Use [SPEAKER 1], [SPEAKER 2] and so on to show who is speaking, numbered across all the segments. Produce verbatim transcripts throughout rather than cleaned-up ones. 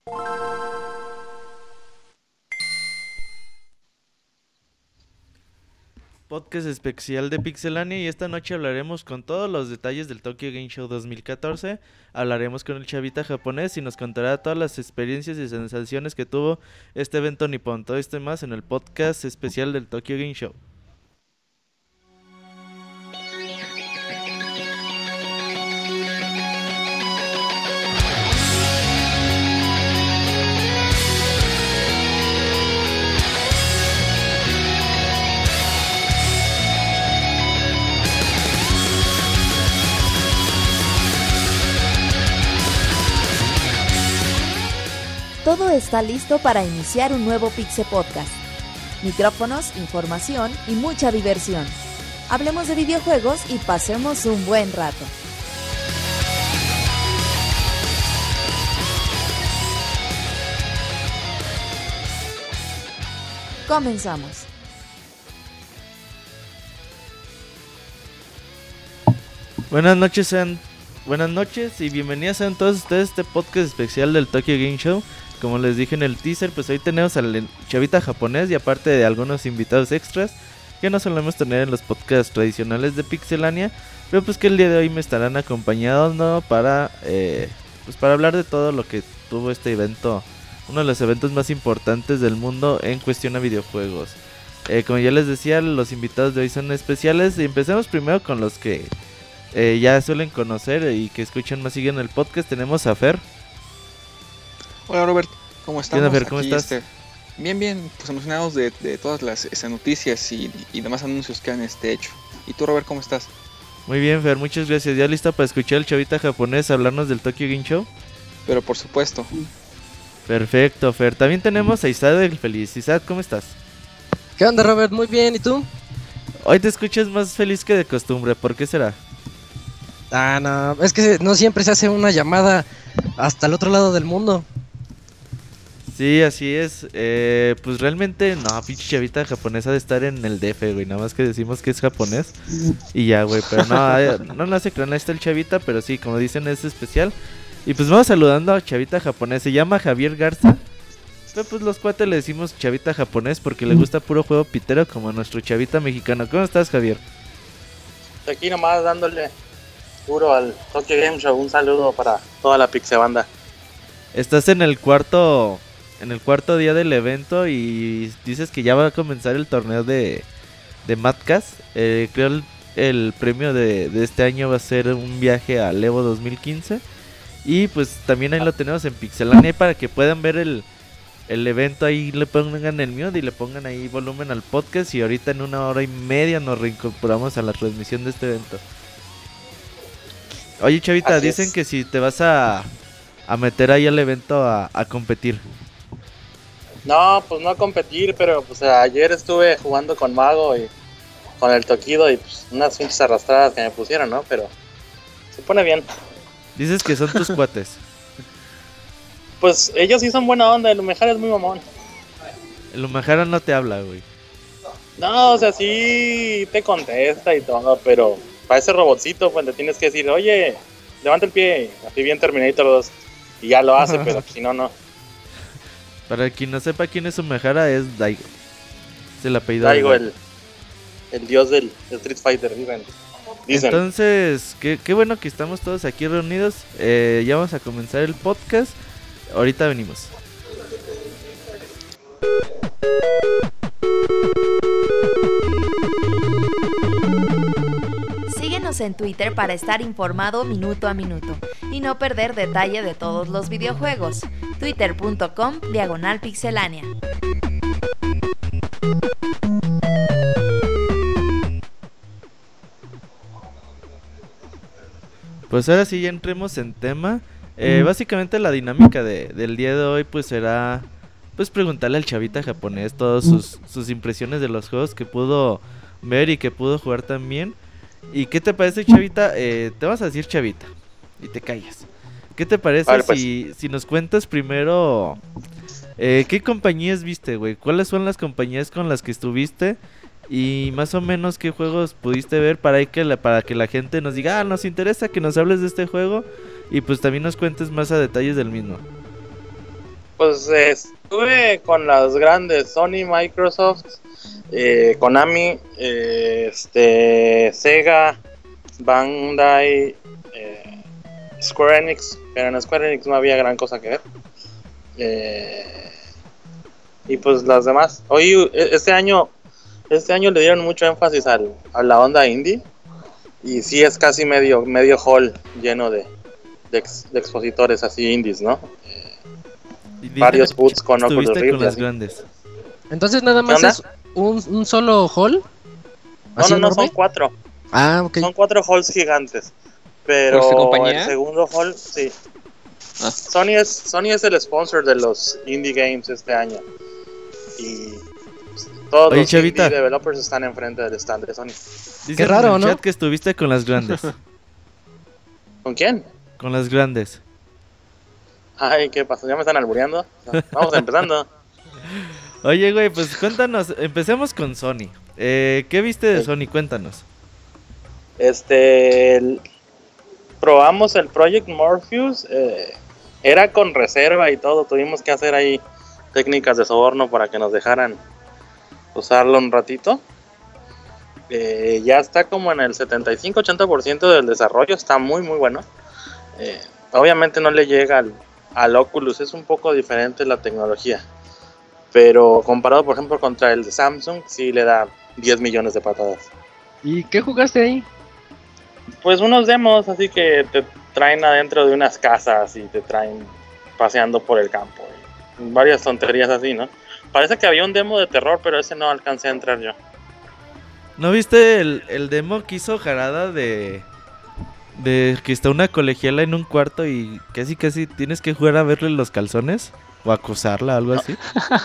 [SPEAKER 1] Podcast especial de Pixelania y esta noche hablaremos con todos los detalles del Tokyo Game Show dos mil catorce. Hablaremos con el chavita japonés y nos contará todas las experiencias y sensaciones que tuvo este evento nipón. Todo esto y más en el podcast especial del Tokyo Game Show.
[SPEAKER 2] Todo está listo para iniciar un nuevo Pixel Podcast. Micrófonos, información y mucha diversión. Hablemos de videojuegos y pasemos un buen rato. Comenzamos.
[SPEAKER 1] Buenas noches, sean buenas noches y bienvenidos a todos ustedes a este podcast especial del Tokyo Game Show. Como les dije en el teaser, pues hoy tenemos al chavita japonés y aparte de algunos invitados extras que no solemos tener en los podcasts tradicionales de Pixelania, pero pues que el día de hoy me estarán acompañando para eh, pues para hablar de todo lo que tuvo este evento, uno de los eventos más importantes del mundo en cuestión a videojuegos. Eh, como ya les decía, los invitados de hoy son especiales y empecemos primero con los que eh, ya suelen conocer y que escuchan más siguen el podcast. Tenemos a Fer.
[SPEAKER 3] Hola Robert, ¿cómo estamos?
[SPEAKER 1] ¿Qué onda, Fer? ¿Cómo
[SPEAKER 3] Aquí,
[SPEAKER 1] estás?
[SPEAKER 3] Este, bien, bien, pues emocionados de, de todas las este, noticias y, y demás anuncios que han este, hecho. ¿Y tú, Robert, cómo estás?
[SPEAKER 1] Muy bien, Fer, muchas gracias. ¿Ya listo para escuchar al chavita japonés hablarnos del Tokyo Game Show?
[SPEAKER 3] Pero por supuesto.
[SPEAKER 1] Perfecto, Fer. También tenemos a Isaac el Feliz. Isaac, ¿cómo estás?
[SPEAKER 4] ¿Qué onda, Robert? Muy bien, ¿y tú?
[SPEAKER 1] Hoy te escuchas más feliz que de costumbre, ¿por qué será?
[SPEAKER 4] Ah, no, es que no siempre se hace una llamada hasta el otro lado del mundo.
[SPEAKER 1] Sí, así es. Eh, pues realmente, no, pinche chavita japonesa de estar en el D F, güey. Nada más que decimos que es japonés. Y ya, güey. Pero no, eh, no, no hace creer, ahí está el chavita. Pero sí, como dicen, es especial. Y pues vamos saludando a chavita japonés. Se llama Javier Garza. Pero pues los cuates le decimos chavita japonés porque le gusta puro juego pitero como a nuestro chavita mexicano. ¿Cómo estás, Javier?
[SPEAKER 5] Aquí nomás dándole duro al Tokyo Game Show. Un saludo para toda la Pixebanda.
[SPEAKER 1] Estás en el cuarto... En el cuarto día del evento y dices que ya va a comenzar el torneo de, de Madcast. Eh, creo el, el premio de, de este año va a ser un viaje al Evo dos mil quince. Y pues también ahí lo tenemos en Pixelania para que puedan ver el, el evento. Ahí le pongan el mute y le pongan ahí volumen al podcast. Y ahorita en una hora y media nos reincorporamos a la transmisión de este evento. Oye, chavita,
[SPEAKER 5] Así
[SPEAKER 1] dicen
[SPEAKER 5] es.
[SPEAKER 1] que si te vas a, a meter ahí al evento a, a competir.
[SPEAKER 5] No, pues no a competir, pero pues ayer estuve jugando con Mago y con el Tokido y pues unas pinches arrastradas que me pusieron, ¿no? Pero se pone bien.
[SPEAKER 1] Dices que son tus cuates.
[SPEAKER 5] Pues ellos sí son buena onda, el Umehara es muy mamón.
[SPEAKER 1] El Umehara no te habla, güey.
[SPEAKER 5] No, o sea, sí te contesta y todo, pero para ese robotcito pues le tienes que decir, oye, levanta el pie, así bien Terminator dos. Y ya lo hace, pero si no, no.
[SPEAKER 1] Para quien no sepa quién es Umehara, es Daigo. Es el apellido.
[SPEAKER 5] Daigo,
[SPEAKER 1] de
[SPEAKER 5] el, el dios del Street Fighter, dicen. Dicen.
[SPEAKER 1] Entonces, qué, qué bueno que estamos todos aquí reunidos. Eh, ya vamos a comenzar el podcast. Ahorita venimos.
[SPEAKER 2] Síguenos en Twitter para estar informado minuto a minuto y no perder detalle de todos los videojuegos. Twitter.com diagonal pixelania.
[SPEAKER 1] Pues ahora sí ya entremos en tema. Eh, básicamente la dinámica de, del día de hoy pues será pues preguntarle al chavita japonés todas sus, sus impresiones de los juegos que pudo ver y que pudo jugar también. ¿Y qué te parece, chavita? Eh, te vas a decir chavita y te callas. ¿Qué te parece
[SPEAKER 5] Vale, pues.
[SPEAKER 1] si, si nos cuentas primero eh, qué compañías viste, güey? ¿Cuáles son las compañías con las que estuviste? Y más o menos qué juegos pudiste ver para que la, para que la gente nos diga, ah, nos interesa que nos hables de este juego y pues también nos cuentes más a detalles del mismo.
[SPEAKER 5] Pues eh, estuve con las grandes, Sony, Microsoft, eh, Konami, eh, este, Sega, Bandai, eh, Square Enix, pero en Square Enix no había gran cosa que ver. Eh, y pues las demás. Hoy, este año, este año le dieron mucho énfasis al, a la onda indie. Y sí es casi medio, medio hall lleno de, de, ex, de expositores así indies, ¿no? Eh, varios booths con Oculus Rift.
[SPEAKER 1] Con las
[SPEAKER 5] así.
[SPEAKER 1] Grandes.
[SPEAKER 4] Entonces nada más es un, un solo hall.
[SPEAKER 5] No, no, no, son cuatro.
[SPEAKER 4] Ah, ok.
[SPEAKER 5] Son cuatro halls gigantes. Pero
[SPEAKER 3] ¿Por su compañía?
[SPEAKER 5] el segundo hall, sí. Ah. Sony es Sony es el sponsor de los indie games este año. Y todos
[SPEAKER 1] Oye,
[SPEAKER 5] los
[SPEAKER 1] Chavita,
[SPEAKER 5] indie developers están enfrente del stand de Sony.
[SPEAKER 1] Dicen
[SPEAKER 4] qué raro,
[SPEAKER 1] en el
[SPEAKER 4] ¿no?
[SPEAKER 1] chat que estuviste con las Grandes.
[SPEAKER 5] ¿Con quién?
[SPEAKER 1] Con las Grandes.
[SPEAKER 5] Ay, ¿qué pasó? ¿Ya me están albureando? Vamos empezando.
[SPEAKER 1] Oye, güey, pues cuéntanos. Empecemos con Sony. Eh, ¿Qué viste de sí. Sony? Cuéntanos.
[SPEAKER 5] Este... El... Probamos el Project Morpheus. Eh, era con reserva y todo. Tuvimos que hacer ahí técnicas de soborno para que nos dejaran usarlo un ratito. Eh, ya está como en el setenta y cinco ochenta por ciento del desarrollo. Está muy muy bueno. Eh, obviamente no le llega al, al Oculus. Es un poco diferente la tecnología. Pero comparado por ejemplo contra el de Samsung, sí le da diez millones de patadas.
[SPEAKER 6] ¿Y qué jugaste ahí?
[SPEAKER 5] Pues unos demos, así que te traen adentro de unas casas y te traen paseando por el campo. Y varias tonterías así, ¿no? Parece que había un demo de terror, pero ese no alcancé a entrar yo.
[SPEAKER 1] ¿No viste el, el demo que hizo Jarada de... de que está una colegiala en un cuarto y casi casi tienes que jugar a verle los calzones? ¿O acusarla, algo así?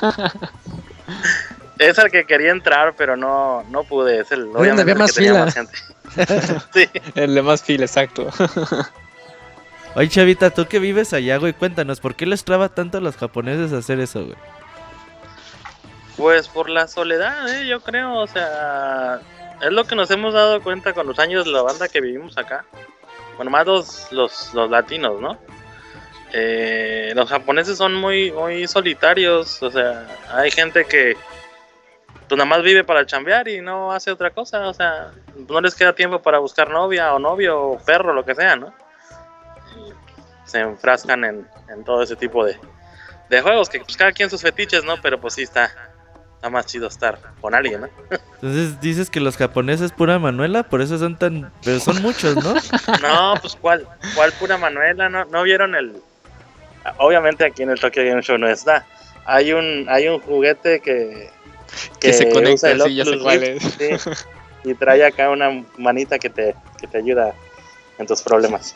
[SPEAKER 5] Es el que quería entrar, pero no, no pude. Es el,
[SPEAKER 4] obviamente había más fila.
[SPEAKER 5] Más gente. Sí.
[SPEAKER 3] El de más fila, exacto.
[SPEAKER 1] Oye, Chavita, tú que vives allá, güey, cuéntanos, ¿por qué les traba tanto a los japoneses hacer eso, güey?
[SPEAKER 5] Pues por la soledad, eh, yo creo, o sea, es lo que nos hemos dado cuenta con los años de la banda que vivimos acá. Bueno, más los, los, los latinos, ¿no? Eh, los japoneses son muy, muy solitarios, o sea, hay gente que pues nada más vive para chambear y no hace otra cosa, o sea, no les queda tiempo para buscar novia o novio o perro, lo que sea, ¿no? Y se enfrascan en, en todo ese tipo de, de juegos, que pues cada quien sus fetiches, ¿no? Pero pues sí está, está más chido estar con alguien, ¿no?
[SPEAKER 1] Entonces dices que los japoneses pura Manuela, por eso son tan... pero son muchos, ¿no?
[SPEAKER 5] No, pues ¿cuál, cuál pura Manuela? ¿No, no vieron el...? Obviamente aquí en el Tokyo Game Show no está. Hay un, hay un juguete que...
[SPEAKER 3] Que, que se conecta, sí, ya sé cuál es.
[SPEAKER 5] Sí, y trae acá una manita que te, que te ayuda en tus problemas.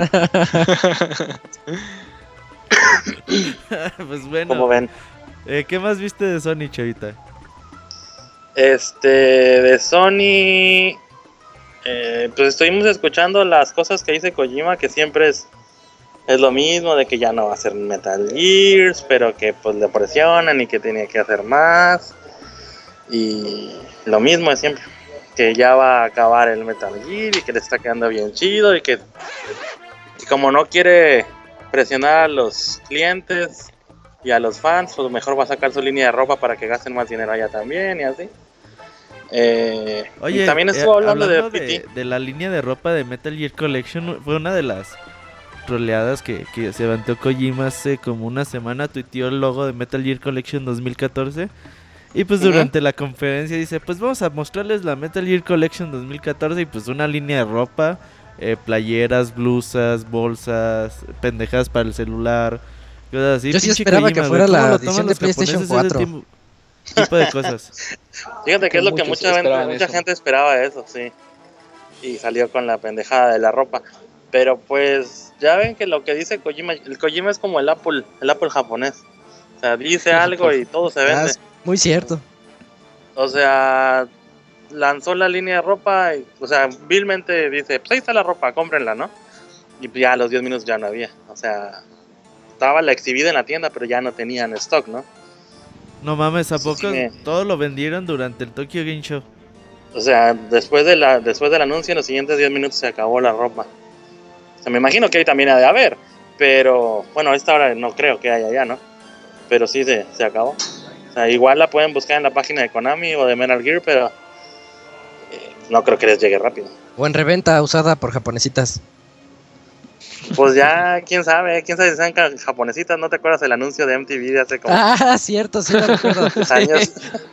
[SPEAKER 1] Pues bueno.
[SPEAKER 5] Como ven.
[SPEAKER 1] Eh, ¿Qué más viste de Sony, Chavita?
[SPEAKER 5] Este, de Sony... Eh, pues estuvimos escuchando las cosas que dice Kojima, que siempre es... Es lo mismo, de que ya no va a hacer Metal Gears, pero que pues le presionan y que tiene que hacer más. Y lo mismo de siempre, que ya va a acabar el Metal Gear y que le está quedando bien chido y que, y como no quiere presionar a los clientes y a los fans, pues mejor va a sacar su línea de ropa para que gasten más dinero allá también y así. Eh,
[SPEAKER 1] Oye,
[SPEAKER 5] y también estuvo
[SPEAKER 1] eh,
[SPEAKER 5] hablando,
[SPEAKER 1] hablando
[SPEAKER 5] de,
[SPEAKER 1] de, de la línea de ropa de Metal Gear Collection, fue una de las troleadas que, que se levantó Kojima hace como una semana, tuiteó el logo de Metal Gear Collection dos mil catorce. Y pues durante uh-huh. la conferencia dice, pues vamos a mostrarles la Metal Gear Collection dos mil catorce y pues una línea de ropa, eh, playeras, blusas, bolsas, pendejadas para el celular, cosas así.
[SPEAKER 4] Yo sí
[SPEAKER 1] Pinche
[SPEAKER 4] esperaba
[SPEAKER 1] Kojima,
[SPEAKER 4] que fuera
[SPEAKER 1] güey,
[SPEAKER 4] la edición de PlayStation cuatro.
[SPEAKER 1] Tipo, tipo de cosas.
[SPEAKER 5] Fíjate que es lo que mucha, gente, mucha gente esperaba eso, sí. Y salió con la pendejada de la ropa. Pero pues ya ven que lo que dice Kojima, el Kojima es como el Apple, el Apple japonés. O sea, dice algo y todo se vende.
[SPEAKER 4] Muy cierto.
[SPEAKER 5] O sea, lanzó la línea de ropa, y, o sea, vilmente dice, pues ahí está la ropa, cómprenla, ¿no? Y ya a los diez minutos ya no había. O sea, estaba la exhibida en la tienda, pero ya no tenían stock, ¿no?
[SPEAKER 1] No mames, ¿a poco
[SPEAKER 5] sí, me...
[SPEAKER 1] todo lo vendieron durante el Tokyo Game Show?
[SPEAKER 5] O sea, después de la después del anuncio, en los siguientes diez minutos se acabó la ropa. O sea, me imagino que ahí también ha de haber, pero bueno, a esta hora no creo que haya ya, ¿no? pero sí se, se acabó. O sea, igual la pueden buscar en la página de Konami o de Metal Gear, pero eh, no creo que les llegue rápido.
[SPEAKER 4] O en reventa usada por japonesitas.
[SPEAKER 5] Pues ya, quién sabe, quién sabe si sean ca- japonesitas. ¿No te acuerdas el anuncio de M T V de hace como
[SPEAKER 4] Ah, cierto, sí lo recuerdo.
[SPEAKER 5] años?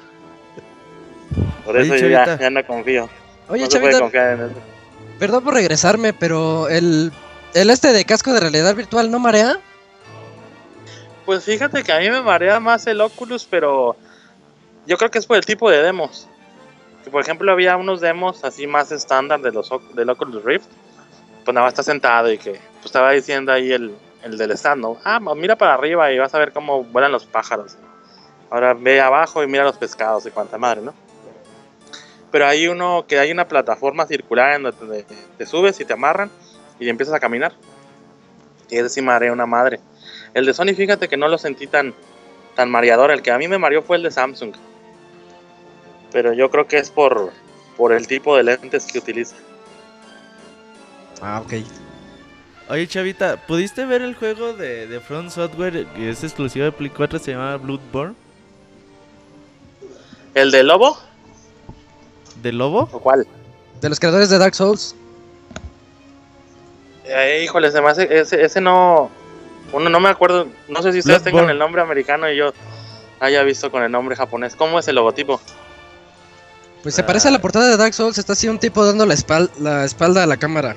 [SPEAKER 5] Por eso
[SPEAKER 1] Oye,
[SPEAKER 5] yo ya,
[SPEAKER 1] Chavita.
[SPEAKER 5] ya no confío.
[SPEAKER 4] Oye,
[SPEAKER 5] No se puede
[SPEAKER 4] Chavita,
[SPEAKER 5] confiar en eso.
[SPEAKER 4] perdón por regresarme, pero el, el este de casco de realidad virtual no marea.
[SPEAKER 5] Pues fíjate que a mí me marea más el Oculus, pero yo creo que es por el tipo de demos. Que por ejemplo había unos demos así más estándar de los Oc- del Oculus Rift. Pues nada más está sentado y que pues estaba diciendo ahí el, el del stand, ¿no? Ah, pues mira para arriba y vas a ver cómo vuelan los pájaros. Ahora ve abajo y mira los pescados y cuanta madre, ¿no? Pero hay uno que hay una plataforma circular en donde te, te subes y te amarran y empiezas a caminar. Y ese sí marea una madre. El de Sony, fíjate que no lo sentí tan, tan mareador. El que a mí me mareó fue el de Samsung. Pero yo creo que es por, por el tipo de lentes que utiliza.
[SPEAKER 4] Ah, ok.
[SPEAKER 1] Oye, Chavita, ¿pudiste ver el juego de, de From Software que es exclusivo de Play cuatro? Se llama Bloodborne.
[SPEAKER 5] ¿El de Lobo?
[SPEAKER 1] ¿De lobo?
[SPEAKER 5] ¿O cuál?
[SPEAKER 4] De los creadores de Dark Souls.
[SPEAKER 5] Eh, híjole, se me hace, ese, ese no... Uno no me acuerdo, no sé si ustedes
[SPEAKER 1] Bloodborne.
[SPEAKER 5] tengan el nombre americano y yo haya visto con el nombre japonés. ¿Cómo es el logotipo?
[SPEAKER 4] Pues se parece a
[SPEAKER 1] Ah.
[SPEAKER 4] la portada de Dark Souls. Está así un tipo dando la, espal la espalda a la cámara.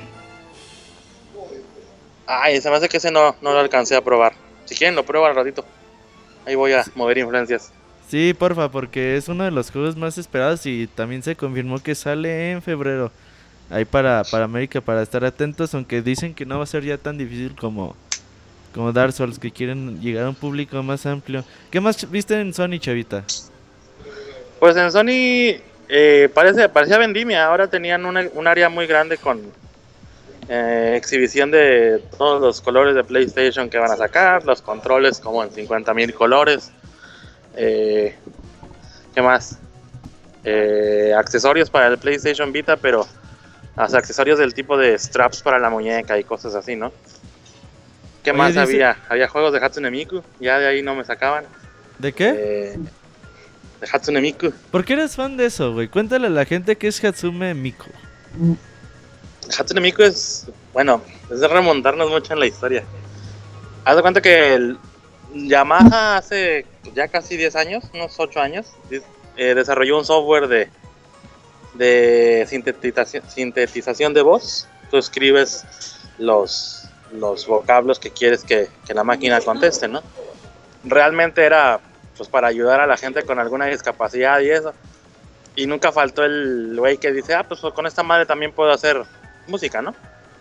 [SPEAKER 5] Ay, se me hace que ese no, no lo alcancé a probar. Si quieren lo pruebo al ratito. Ahí voy a mover influencias.
[SPEAKER 1] Sí, porfa, porque es uno de los juegos más esperados y también se confirmó que sale en febrero. Ahí para, para América, para estar atentos, aunque dicen que no va a ser ya tan difícil como, como Dark Souls, que quieren llegar a un público más amplio. ¿Qué más viste en Sony, Chavita?
[SPEAKER 5] Pues en Sony eh, parece, parecía vendimia. Ahora tenían una, un área muy grande con eh, exhibición de todos los colores de PlayStation que van a sacar, los controles como en cincuenta mil colores. Eh, ¿Qué más? Eh, accesorios para el PlayStation Vita, pero los accesorios del tipo de straps para la muñeca y cosas así, ¿no? ¿Qué
[SPEAKER 1] Oye,
[SPEAKER 5] más
[SPEAKER 1] dice-
[SPEAKER 5] había? Había juegos de Hatsune Miku, ya de ahí no me sacaban.
[SPEAKER 1] ¿De qué?
[SPEAKER 5] Eh, de Hatsune Miku.
[SPEAKER 1] ¿Por qué eres fan de eso, güey? Cuéntale a la gente que es Hatsume Miku.
[SPEAKER 5] Hatsune Miku es, bueno, es de remontarnos mucho en la historia. Haz de cuenta que el Yamaha hace ya casi diez años, unos ocho años, eh, desarrolló un software de, de sintetización, sintetización de voz. Tú escribes los, los vocablos que quieres que, que la máquina conteste, ¿no? Realmente era pues para ayudar a la gente con alguna discapacidad y eso. Y nunca faltó el güey que dice, ah, pues con esta madre también puedo hacer música, ¿no?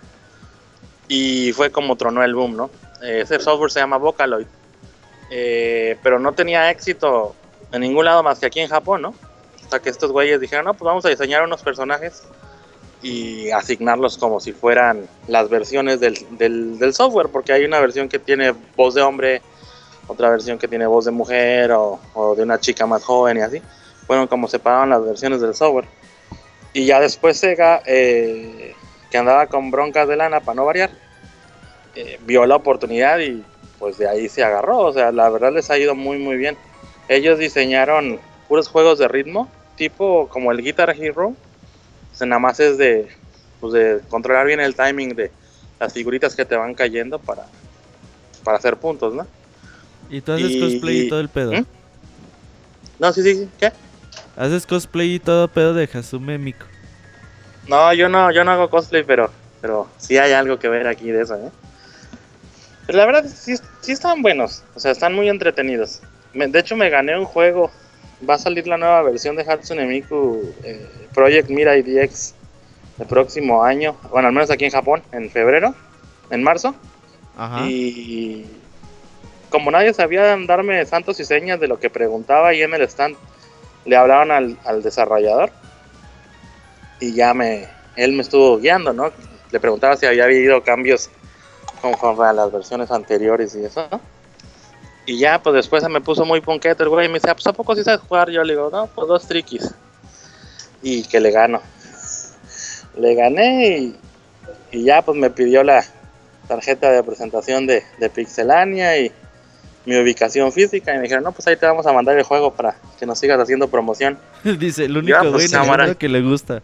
[SPEAKER 5] Y fue como tronó el boom, ¿no? Eh, ese software se llama Vocaloid. Eh, pero no tenía éxito en ningún lado más que aquí en Japón, ¿no? Hasta que estos güeyes dijeron, no, pues vamos a diseñar unos personajes y asignarlos como si fueran las versiones del, del, del software, porque hay una versión que tiene voz de hombre, otra versión que tiene voz de mujer o, o de una chica más joven y así. Fueron como separaban las versiones del software. Y ya después Sega, eh, que andaba con broncas de lana para no variar, eh, vio la oportunidad y pues de ahí se agarró. O sea, la verdad les ha ido muy muy bien. Ellos diseñaron puros juegos de ritmo, tipo como el Guitar Hero. O sea, nada más es de, pues de controlar bien el timing de las figuritas que te van cayendo para, para hacer puntos, ¿no?
[SPEAKER 1] ¿Y tú haces
[SPEAKER 5] Y-
[SPEAKER 1] cosplay y todo el pedo?
[SPEAKER 5] ¿Mm? No, sí, sí, sí, ¿qué?
[SPEAKER 1] ¿Haces cosplay y todo pedo de Hatsume Miku?
[SPEAKER 5] No, yo no, yo no hago cosplay, pero, pero sí hay algo que ver aquí de eso, ¿eh? Pero la verdad, sí, sí están buenos, o sea, están muy entretenidos. Me- de hecho, me gané un juego, va a salir la nueva versión de Hatsune Miku eh, Project Mirai D X el próximo año, bueno, al menos aquí en Japón, en febrero, en marzo.
[SPEAKER 1] Ajá.
[SPEAKER 5] Y como nadie sabía darme santos y señas de lo que preguntaba ahí en el stand, le hablaron al, al desarrollador y ya me, él me estuvo guiando, ¿no? Le preguntaba si había habido cambios conforme a las versiones anteriores y eso, ¿no? Y ya, pues después se me puso muy punqueto el güey y me dice, ah, pues ¿a poco sí sabes jugar? Yo le digo, no, pues dos triquis. Y que le gano. Le gané y, y ya pues me pidió la tarjeta de presentación de, de Pixelania y mi ubicación física y me dijeron, no, pues ahí te vamos a mandar el juego para que nos sigas haciendo promoción.
[SPEAKER 1] Dice, el único
[SPEAKER 5] Ya, pues,
[SPEAKER 1] güey en el
[SPEAKER 5] cámara.
[SPEAKER 1] mundo que le gusta.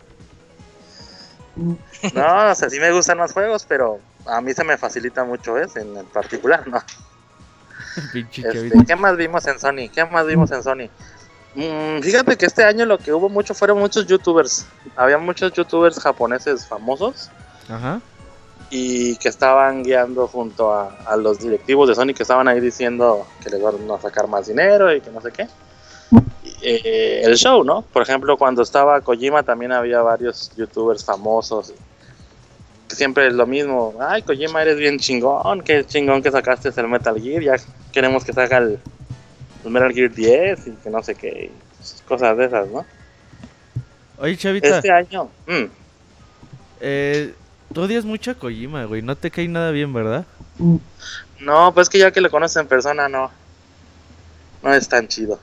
[SPEAKER 5] No, o sea, sí me gustan los juegos, pero a mí se me facilita mucho ese en particular, ¿no?
[SPEAKER 1] Pinche
[SPEAKER 5] Este,
[SPEAKER 1] chavito.
[SPEAKER 5] ¿Qué más vimos en Sony? ¿Qué más vimos en Sony? Mm, fíjate que este año lo que hubo mucho fueron muchos youtubers. Había muchos youtubers japoneses famosos
[SPEAKER 1] Ajá.
[SPEAKER 5] y que estaban guiando junto a, a los directivos de Sony que estaban ahí diciendo que les van a sacar más dinero y que no sé qué. Y, eh, el show, ¿no? Por ejemplo, cuando estaba Kojima también había varios youtubers famosos que siempre es lo mismo. Ay, Kojima, eres bien chingón, qué chingón que sacaste el Metal Gear, ya queremos que saca el, el Metal Gear diez y que no sé qué, cosas de esas, ¿no?
[SPEAKER 1] Oye, chavita,
[SPEAKER 5] Este año, mm,
[SPEAKER 1] eh, tú odias mucho a Kojima, güey. No te cae nada bien, ¿verdad?
[SPEAKER 5] no, pues que ya que lo conoces en persona, no, no es tan chido.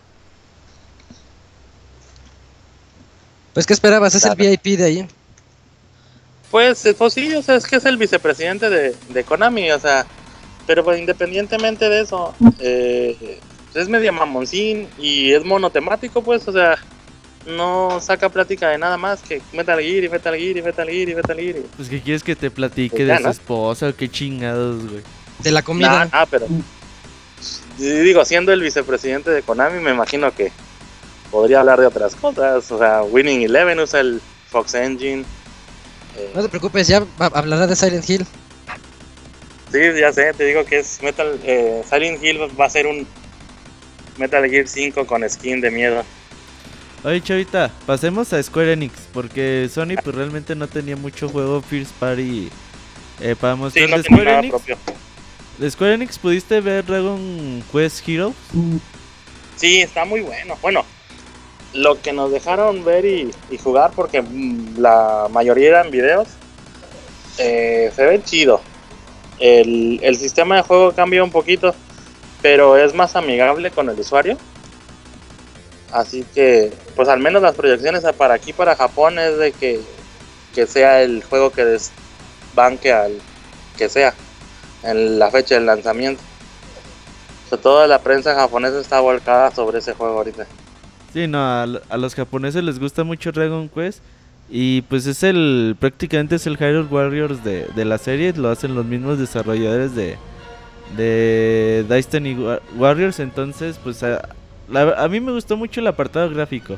[SPEAKER 4] Pues, ¿qué esperabas? Es el
[SPEAKER 5] Claro.
[SPEAKER 4] V I P de ahí.
[SPEAKER 5] Pues, eh, pues sí, o sea, es que es el vicepresidente de, de Konami, o sea, pero pues independientemente de eso, eh, es medio mamoncín y es monotemático, pues, o sea, no saca plática de nada más que Metal Gear y Metal Gear y Metal Gear y Metal Gear. y-
[SPEAKER 1] Pues que quieres que te platique
[SPEAKER 5] Pues
[SPEAKER 1] de
[SPEAKER 5] ya,
[SPEAKER 1] su
[SPEAKER 5] ¿no?
[SPEAKER 1] esposa o qué chingados, güey.
[SPEAKER 4] De la comida.
[SPEAKER 5] Nah, ah, pero y digo, siendo el vicepresidente de Konami, me imagino que podría hablar de otras cosas, o sea, Winning Eleven usa el Fox Engine. eh,
[SPEAKER 4] No te preocupes, ya va- hablará de Silent Hill.
[SPEAKER 5] Sí, ya sé, te digo que es Metal eh, Silent Hill va a ser un Metal Gear cinco con skin de miedo.
[SPEAKER 1] Oye, chavita, pasemos a Square Enix, porque Sony pues realmente no tenía mucho juego First Party eh, para mostrar
[SPEAKER 5] Sí, no
[SPEAKER 1] de
[SPEAKER 5] tiene
[SPEAKER 1] Square
[SPEAKER 5] nada
[SPEAKER 1] Enix.
[SPEAKER 5] propio.
[SPEAKER 1] ¿De Square Enix pudiste ver Dragon Quest Heroes?
[SPEAKER 5] Sí, está muy bueno. Bueno, lo que nos dejaron ver y, y jugar, porque mm, la mayoría eran videos, eh, se ve chido. El, el sistema de juego cambia un poquito, pero es más amigable con el usuario. Así que, pues al menos las proyecciones para aquí, para Japón, es de que, que sea el juego que desbanque al que sea en la fecha del lanzamiento. O sea, toda la prensa japonesa está volcada sobre ese juego ahorita.
[SPEAKER 1] Sí, no, a, l- a los japoneses les gusta mucho Dragon Quest. Y pues es el, prácticamente es el Hyrule Warriors de, de la serie. Lo hacen los mismos desarrolladores de, de Destiny Wa- Warriors. Entonces, pues a, la- a mí me gustó mucho el apartado gráfico.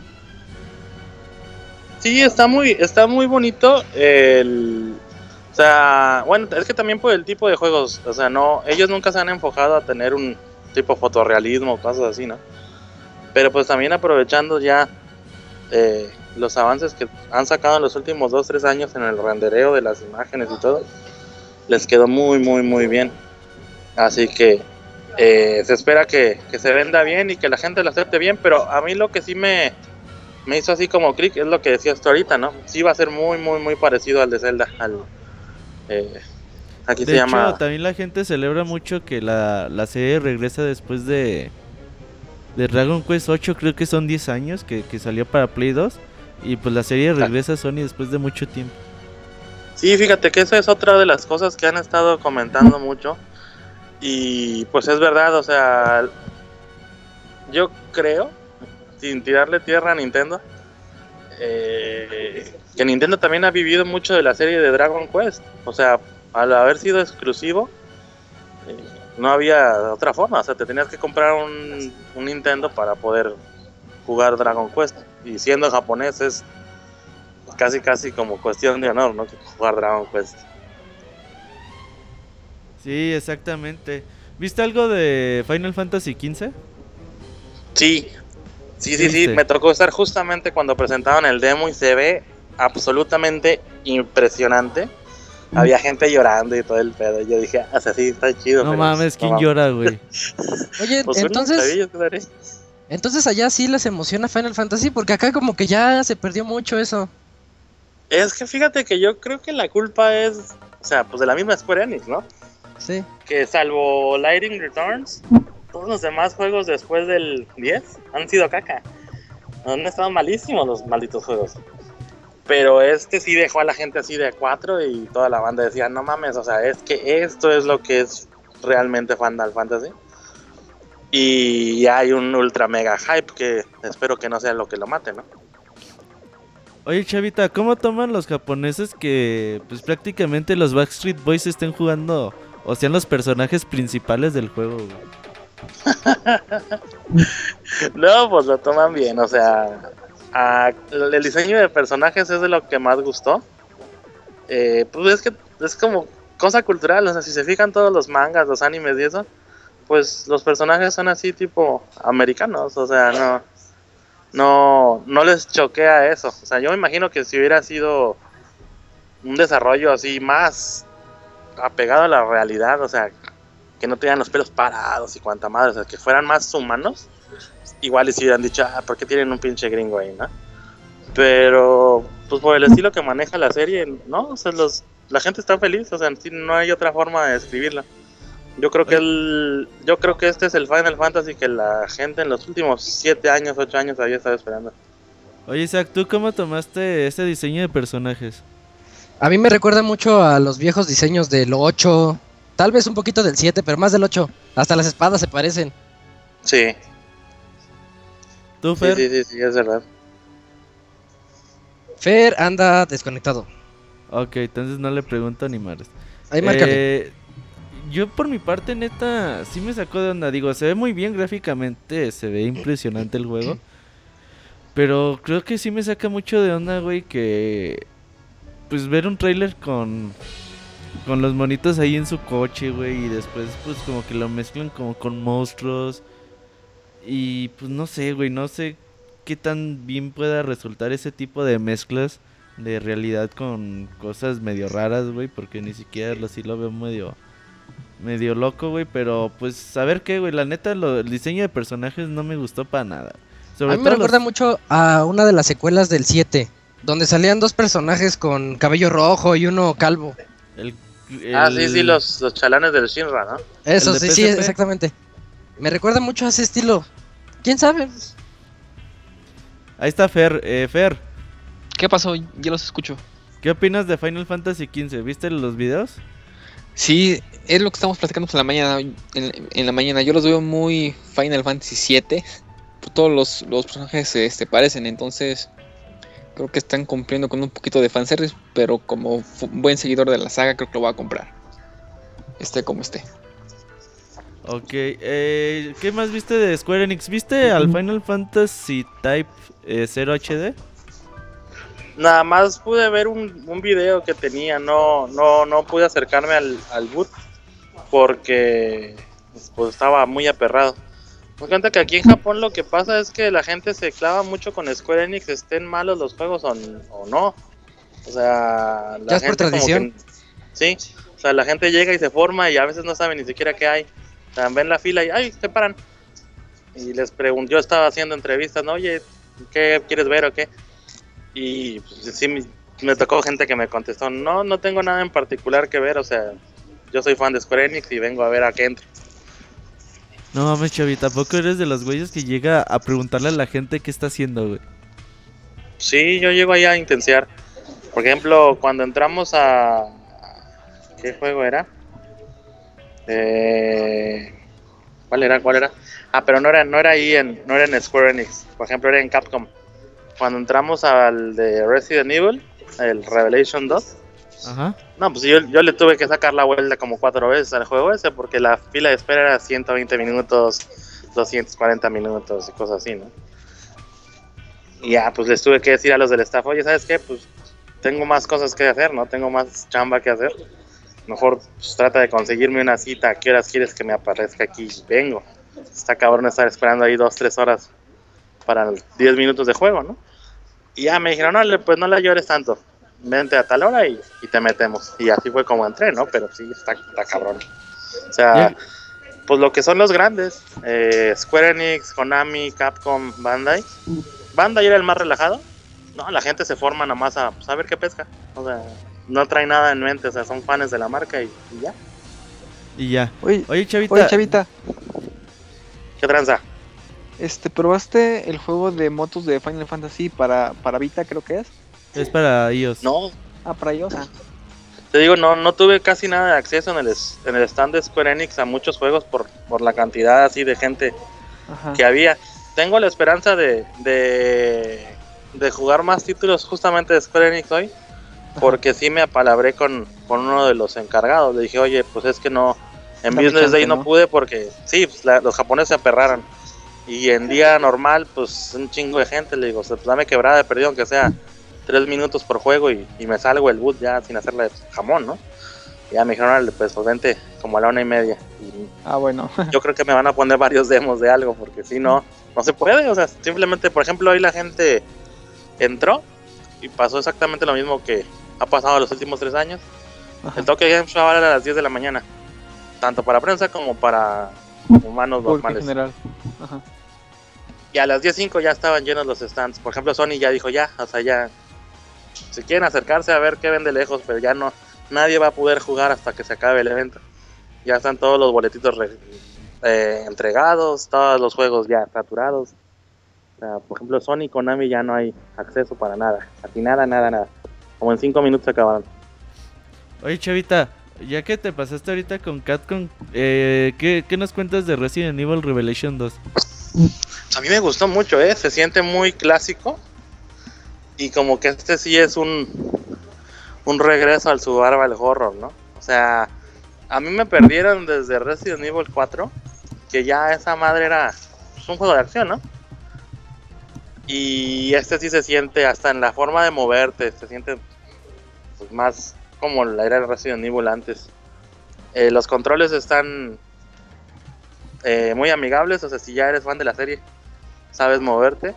[SPEAKER 5] Sí, está muy, está muy bonito el, o sea, bueno, es que también por el tipo de juegos, o sea, no, ellos nunca se han enfocado a tener un tipo fotorrealismo o cosas así, ¿no? Pero pues también aprovechando ya eh, los avances que han sacado en los últimos dos, tres años en el rendereo de las imágenes y todo, les quedó muy, muy, muy bien. Así que eh, se espera que, que se venda bien y que la gente lo acepte bien, pero a mí lo que sí me, me hizo así como clic es lo que decías tú ahorita, ¿no? Sí va a ser muy, muy, muy parecido al de Zelda, al... Eh, aquí
[SPEAKER 1] De
[SPEAKER 5] se
[SPEAKER 1] hecho,
[SPEAKER 5] llama...
[SPEAKER 1] también la gente celebra mucho que la, la serie regresa después de, de Dragon Quest ocho. Creo que son diez años que, que salió para Play dos. Y pues la serie regresa a Sony después de mucho tiempo.
[SPEAKER 5] Sí, fíjate que esa es otra de las cosas que han estado comentando mucho. Y pues es verdad, o sea, yo creo, sin tirarle tierra a Nintendo, eh, que Nintendo también ha vivido mucho de la serie de Dragon Quest. O sea, al haber sido exclusivo, eh, no había otra forma. O sea, te tenías que comprar un, un Nintendo para poder jugar Dragon Quest. Y siendo japonés es casi casi como cuestión de honor, ¿no? Jugar Dragon Quest.
[SPEAKER 1] Sí, exactamente. ¿Viste algo de Final Fantasy quince?
[SPEAKER 5] Sí, sí, sí, sí,
[SPEAKER 1] ¿Viste?
[SPEAKER 5] me tocó estar justamente cuando presentaban el demo y se ve absolutamente impresionante. Había gente llorando y todo el pedo. Y yo dije, ah, sí, está chido.
[SPEAKER 1] No
[SPEAKER 5] pero
[SPEAKER 1] mames,
[SPEAKER 5] no
[SPEAKER 1] ¿quién
[SPEAKER 5] mames.
[SPEAKER 1] llora, güey?
[SPEAKER 4] Oye,
[SPEAKER 5] Pues unos
[SPEAKER 4] entonces,
[SPEAKER 5] chavillos, ¿qué haré?
[SPEAKER 4] entonces allá sí les emociona Final Fantasy, porque acá como que ya se perdió mucho eso.
[SPEAKER 5] Es que fíjate que yo creo que la culpa es, o sea, pues de la misma Square Enix, ¿no?
[SPEAKER 4] Sí.
[SPEAKER 5] Que salvo Lightning Returns, todos los demás juegos después del diez han sido caca. Han estado malísimos los malditos juegos. Pero este sí dejó a la gente así de cuatro y toda la banda decía, no mames, o sea, es que esto es lo que es realmente Final Fantasy. Y hay un ultra mega hype que espero que no sea lo que lo mate, ¿no?
[SPEAKER 1] Oye, Chavita, ¿cómo toman los japoneses que pues prácticamente los Backstreet Boys estén jugando o sean los personajes principales del juego, güey?
[SPEAKER 5] No, pues lo toman bien, o sea, a- el diseño de personajes es de lo que más gustó. Eh, pues es que es como cosa cultural, o sea, si se fijan todos los mangas, los animes y eso, pues los personajes son así tipo americanos, o sea, no, no, no les choquea eso. O sea, yo me imagino que si hubiera sido un desarrollo así más apegado a la realidad, o sea, que no tuvieran los pelos parados y cuanta madre, o sea, que fueran más humanos, igual y si hubieran dicho, ah, ¿por qué tienen un pinche gringo ahí, no? Pero, pues por el estilo que maneja la serie, no, o sea, los, la gente está feliz, o sea, sí, no hay otra forma de describirla. Yo creo que el, yo creo que este es el Final Fantasy que la gente en los últimos siete años, ocho años había estado esperando.
[SPEAKER 1] Oye, Isaac, ¿tú cómo tomaste ese diseño de personajes?
[SPEAKER 4] A mí me recuerda mucho a los viejos diseños del ocho, tal vez un poquito del siete, pero más del ocho. Hasta las espadas se parecen.
[SPEAKER 5] Sí,
[SPEAKER 1] ¿Tú,
[SPEAKER 5] sí,
[SPEAKER 1] Fer?
[SPEAKER 5] sí, sí, sí, es verdad.
[SPEAKER 4] Fer anda desconectado.
[SPEAKER 1] Ok, entonces no le pregunto ni madres.
[SPEAKER 4] Ahí márcale.
[SPEAKER 1] Eh, yo por mi parte, neta, sí me sacó de onda. Digo, se ve muy bien gráficamente, se ve impresionante el juego. Pero creo que sí me saca mucho de onda, güey, que... Pues ver un tráiler con... Con los monitos ahí en su coche, güey. Y después, pues como que lo mezclan como con monstruos. Y pues no sé, güey, no sé qué tan bien pueda resultar ese tipo de mezclas de realidad con cosas medio raras, güey, porque ni siquiera lo, sí lo veo medio medio loco, güey, pero pues a ver qué, güey, la neta lo, el diseño de personajes no me gustó para nada. Sobre
[SPEAKER 4] A mí me
[SPEAKER 1] todo
[SPEAKER 4] recuerda
[SPEAKER 1] los-
[SPEAKER 4] mucho a una de las secuelas del siete, donde salían dos personajes con cabello rojo y uno calvo.
[SPEAKER 1] el-
[SPEAKER 5] Ah,
[SPEAKER 1] el-
[SPEAKER 5] sí, sí, los, los chalanes del Shinra, ¿no?
[SPEAKER 4] Eso,
[SPEAKER 1] ¿El de
[SPEAKER 4] sí, sí,
[SPEAKER 1] P S P?
[SPEAKER 4] exactamente. Me recuerda mucho a ese estilo. ¿Quién sabe?
[SPEAKER 1] Ahí está Fer, eh, Fer,
[SPEAKER 6] ¿Qué pasó? Ya los escucho.
[SPEAKER 1] ¿qué opinas de Final Fantasy quince? ¿Viste los videos?
[SPEAKER 6] Sí, es lo que estamos platicando en la mañana. En, en la mañana yo los veo muy Final Fantasy siete. Todos los, los personajes este, parecen, entonces creo que están cumpliendo con un poquito de fanservice, pero como fu- buen seguidor de la saga creo que lo voy a comprar. Esté como esté.
[SPEAKER 1] Ok, eh, ¿qué más viste de Square Enix? ¿Viste al Final Fantasy Type eh, cero H D?
[SPEAKER 5] Nada más pude ver un, un video que tenía, no, no, no pude acercarme al, al boot porque pues estaba muy aperrado. Me cuenta que aquí en Japón lo que pasa es que la gente se clava mucho con Square Enix, estén malos los juegos o, o no. O sea, la
[SPEAKER 4] Ya es por
[SPEAKER 5] gente como
[SPEAKER 4] tradición.
[SPEAKER 5] que- sí, o sea, la gente llega y se forma y a veces no sabe ni siquiera qué hay. O sea, ven la fila y ¡ay! Se paran. Y les pregunto, yo estaba haciendo entrevistas, ¿no? Oye, ¿qué quieres ver o qué? Y pues, sí, me, me tocó gente que me contestó, no, no tengo nada en particular que ver, o sea, yo soy fan de Square Enix y vengo a ver a qué entro.
[SPEAKER 1] No mames, Chavi, tampoco eres de los güeyes que llega a preguntarle a la gente qué está haciendo, güey.
[SPEAKER 5] Sí, yo llego ahí a intenciar. Por ejemplo, cuando entramos a... ¿Qué juego era? Eh... ¿Cuál era? ¿Cuál era? Ah, pero no era, no era ahí en, no era en Square Enix. Por ejemplo, era en Capcom. Cuando entramos al de Resident Evil, el Revelation dos,
[SPEAKER 1] Ajá.
[SPEAKER 5] no, pues yo, yo le tuve que sacar la vuelta como cuatro veces al juego ese porque la fila de espera era ciento veinte minutos, doscientos cuarenta minutos y cosas así, ¿no? Y ya, pues les tuve que decir a los del staff, oye, ¿sabes qué? Pues tengo más cosas que hacer, ¿no? Tengo más chamba que hacer. Mejor pues, trata de conseguirme una cita. ¿A qué horas quieres que me aparezca aquí? Vengo. Está cabrón estar esperando ahí dos, tres horas para diez minutos de juego, ¿no? Y ya me dijeron, no, pues no la llores tanto. Vente a tal hora y, y te metemos. Y así fue como entré, ¿no? Pero sí, está, está cabrón. O sea,
[SPEAKER 1] Ya.
[SPEAKER 5] pues lo que son los grandes. Eh, Square Enix, Konami, Capcom, Bandai. Bandai era el más relajado. No, la gente se forma nomás a pues, a ver qué pesca. O sea, no trae nada en mente. O sea, son fans de la marca y, y ya.
[SPEAKER 1] Y ya.
[SPEAKER 7] Oye,
[SPEAKER 1] Oye, Chavita.
[SPEAKER 7] oye, Chavita,
[SPEAKER 5] ¿Qué tranza?
[SPEAKER 7] este, ¿probaste el juego de motos de Final Fantasy para, para Vita, creo que es?
[SPEAKER 1] Es para iOS.
[SPEAKER 5] No,
[SPEAKER 7] Ah, para iOS. Ah.
[SPEAKER 5] te digo, no no tuve casi nada de acceso en el, en el stand de Square Enix a muchos juegos por, por la cantidad así de gente
[SPEAKER 7] Ajá.
[SPEAKER 5] que había. Tengo la esperanza de, de, de jugar más títulos justamente de Square Enix hoy, porque sí me apalabré con, con uno de los encargados. Le dije, oye, pues es que no, en
[SPEAKER 7] Dame
[SPEAKER 5] Business
[SPEAKER 7] chance,
[SPEAKER 5] Day no
[SPEAKER 7] ¿no?
[SPEAKER 5] pude porque sí, pues la- los japoneses se aperraron. Y en día normal, pues un chingo de gente. Le digo, o sea, pues dame quebrada de perdido, aunque sea tres minutos por juego y, y me salgo el boot ya sin hacerle jamón, ¿no? Y ya me dijeron, "Órale, pues, pues vente como a la una y media. Y
[SPEAKER 7] Ah, bueno.
[SPEAKER 5] yo creo que me van a poner varios demos de algo, porque si no, no se puede. O sea, simplemente, por ejemplo, hoy la gente entró y pasó exactamente lo mismo que ha pasado los últimos tres años.
[SPEAKER 7] Ajá.
[SPEAKER 5] El Tokyo Game Show ahora a las diez de la mañana, tanto para prensa como para humanos
[SPEAKER 7] Público en
[SPEAKER 5] normales.
[SPEAKER 7] general. Ajá.
[SPEAKER 5] Y a las diez cinco ya estaban llenos los stands. Por ejemplo, Sony ya dijo ya, o sea, ya, si quieren acercarse a ver qué ven de lejos, pero ya no, nadie va a poder jugar hasta que se acabe el evento. Ya están todos los boletitos re- eh, entregados, todos los juegos ya saturados. O sea, por ejemplo, Sony y Konami ya no hay acceso para nada. Aquí nada, nada, nada. Como en cinco minutos se acabaron.
[SPEAKER 1] Oye, Chavita, ya que te pasaste ahorita con Capcom, eh, ¿qué, ¿qué nos cuentas de Resident Evil Revelation dos?
[SPEAKER 5] A mí me gustó mucho, ¿eh? Se siente muy clásico. Y como que este sí es un, un regreso al survival horror, ¿no? O sea, a mí me perdieron desde Resident Evil cuatro, que ya esa madre era pues, un juego de acción, ¿no? Y este sí se siente, hasta en la forma de moverte, se siente pues, más como la era de Resident Evil antes. Eh, los controles están eh, muy amigables, o sea, si ya eres fan de la serie, sabes moverte.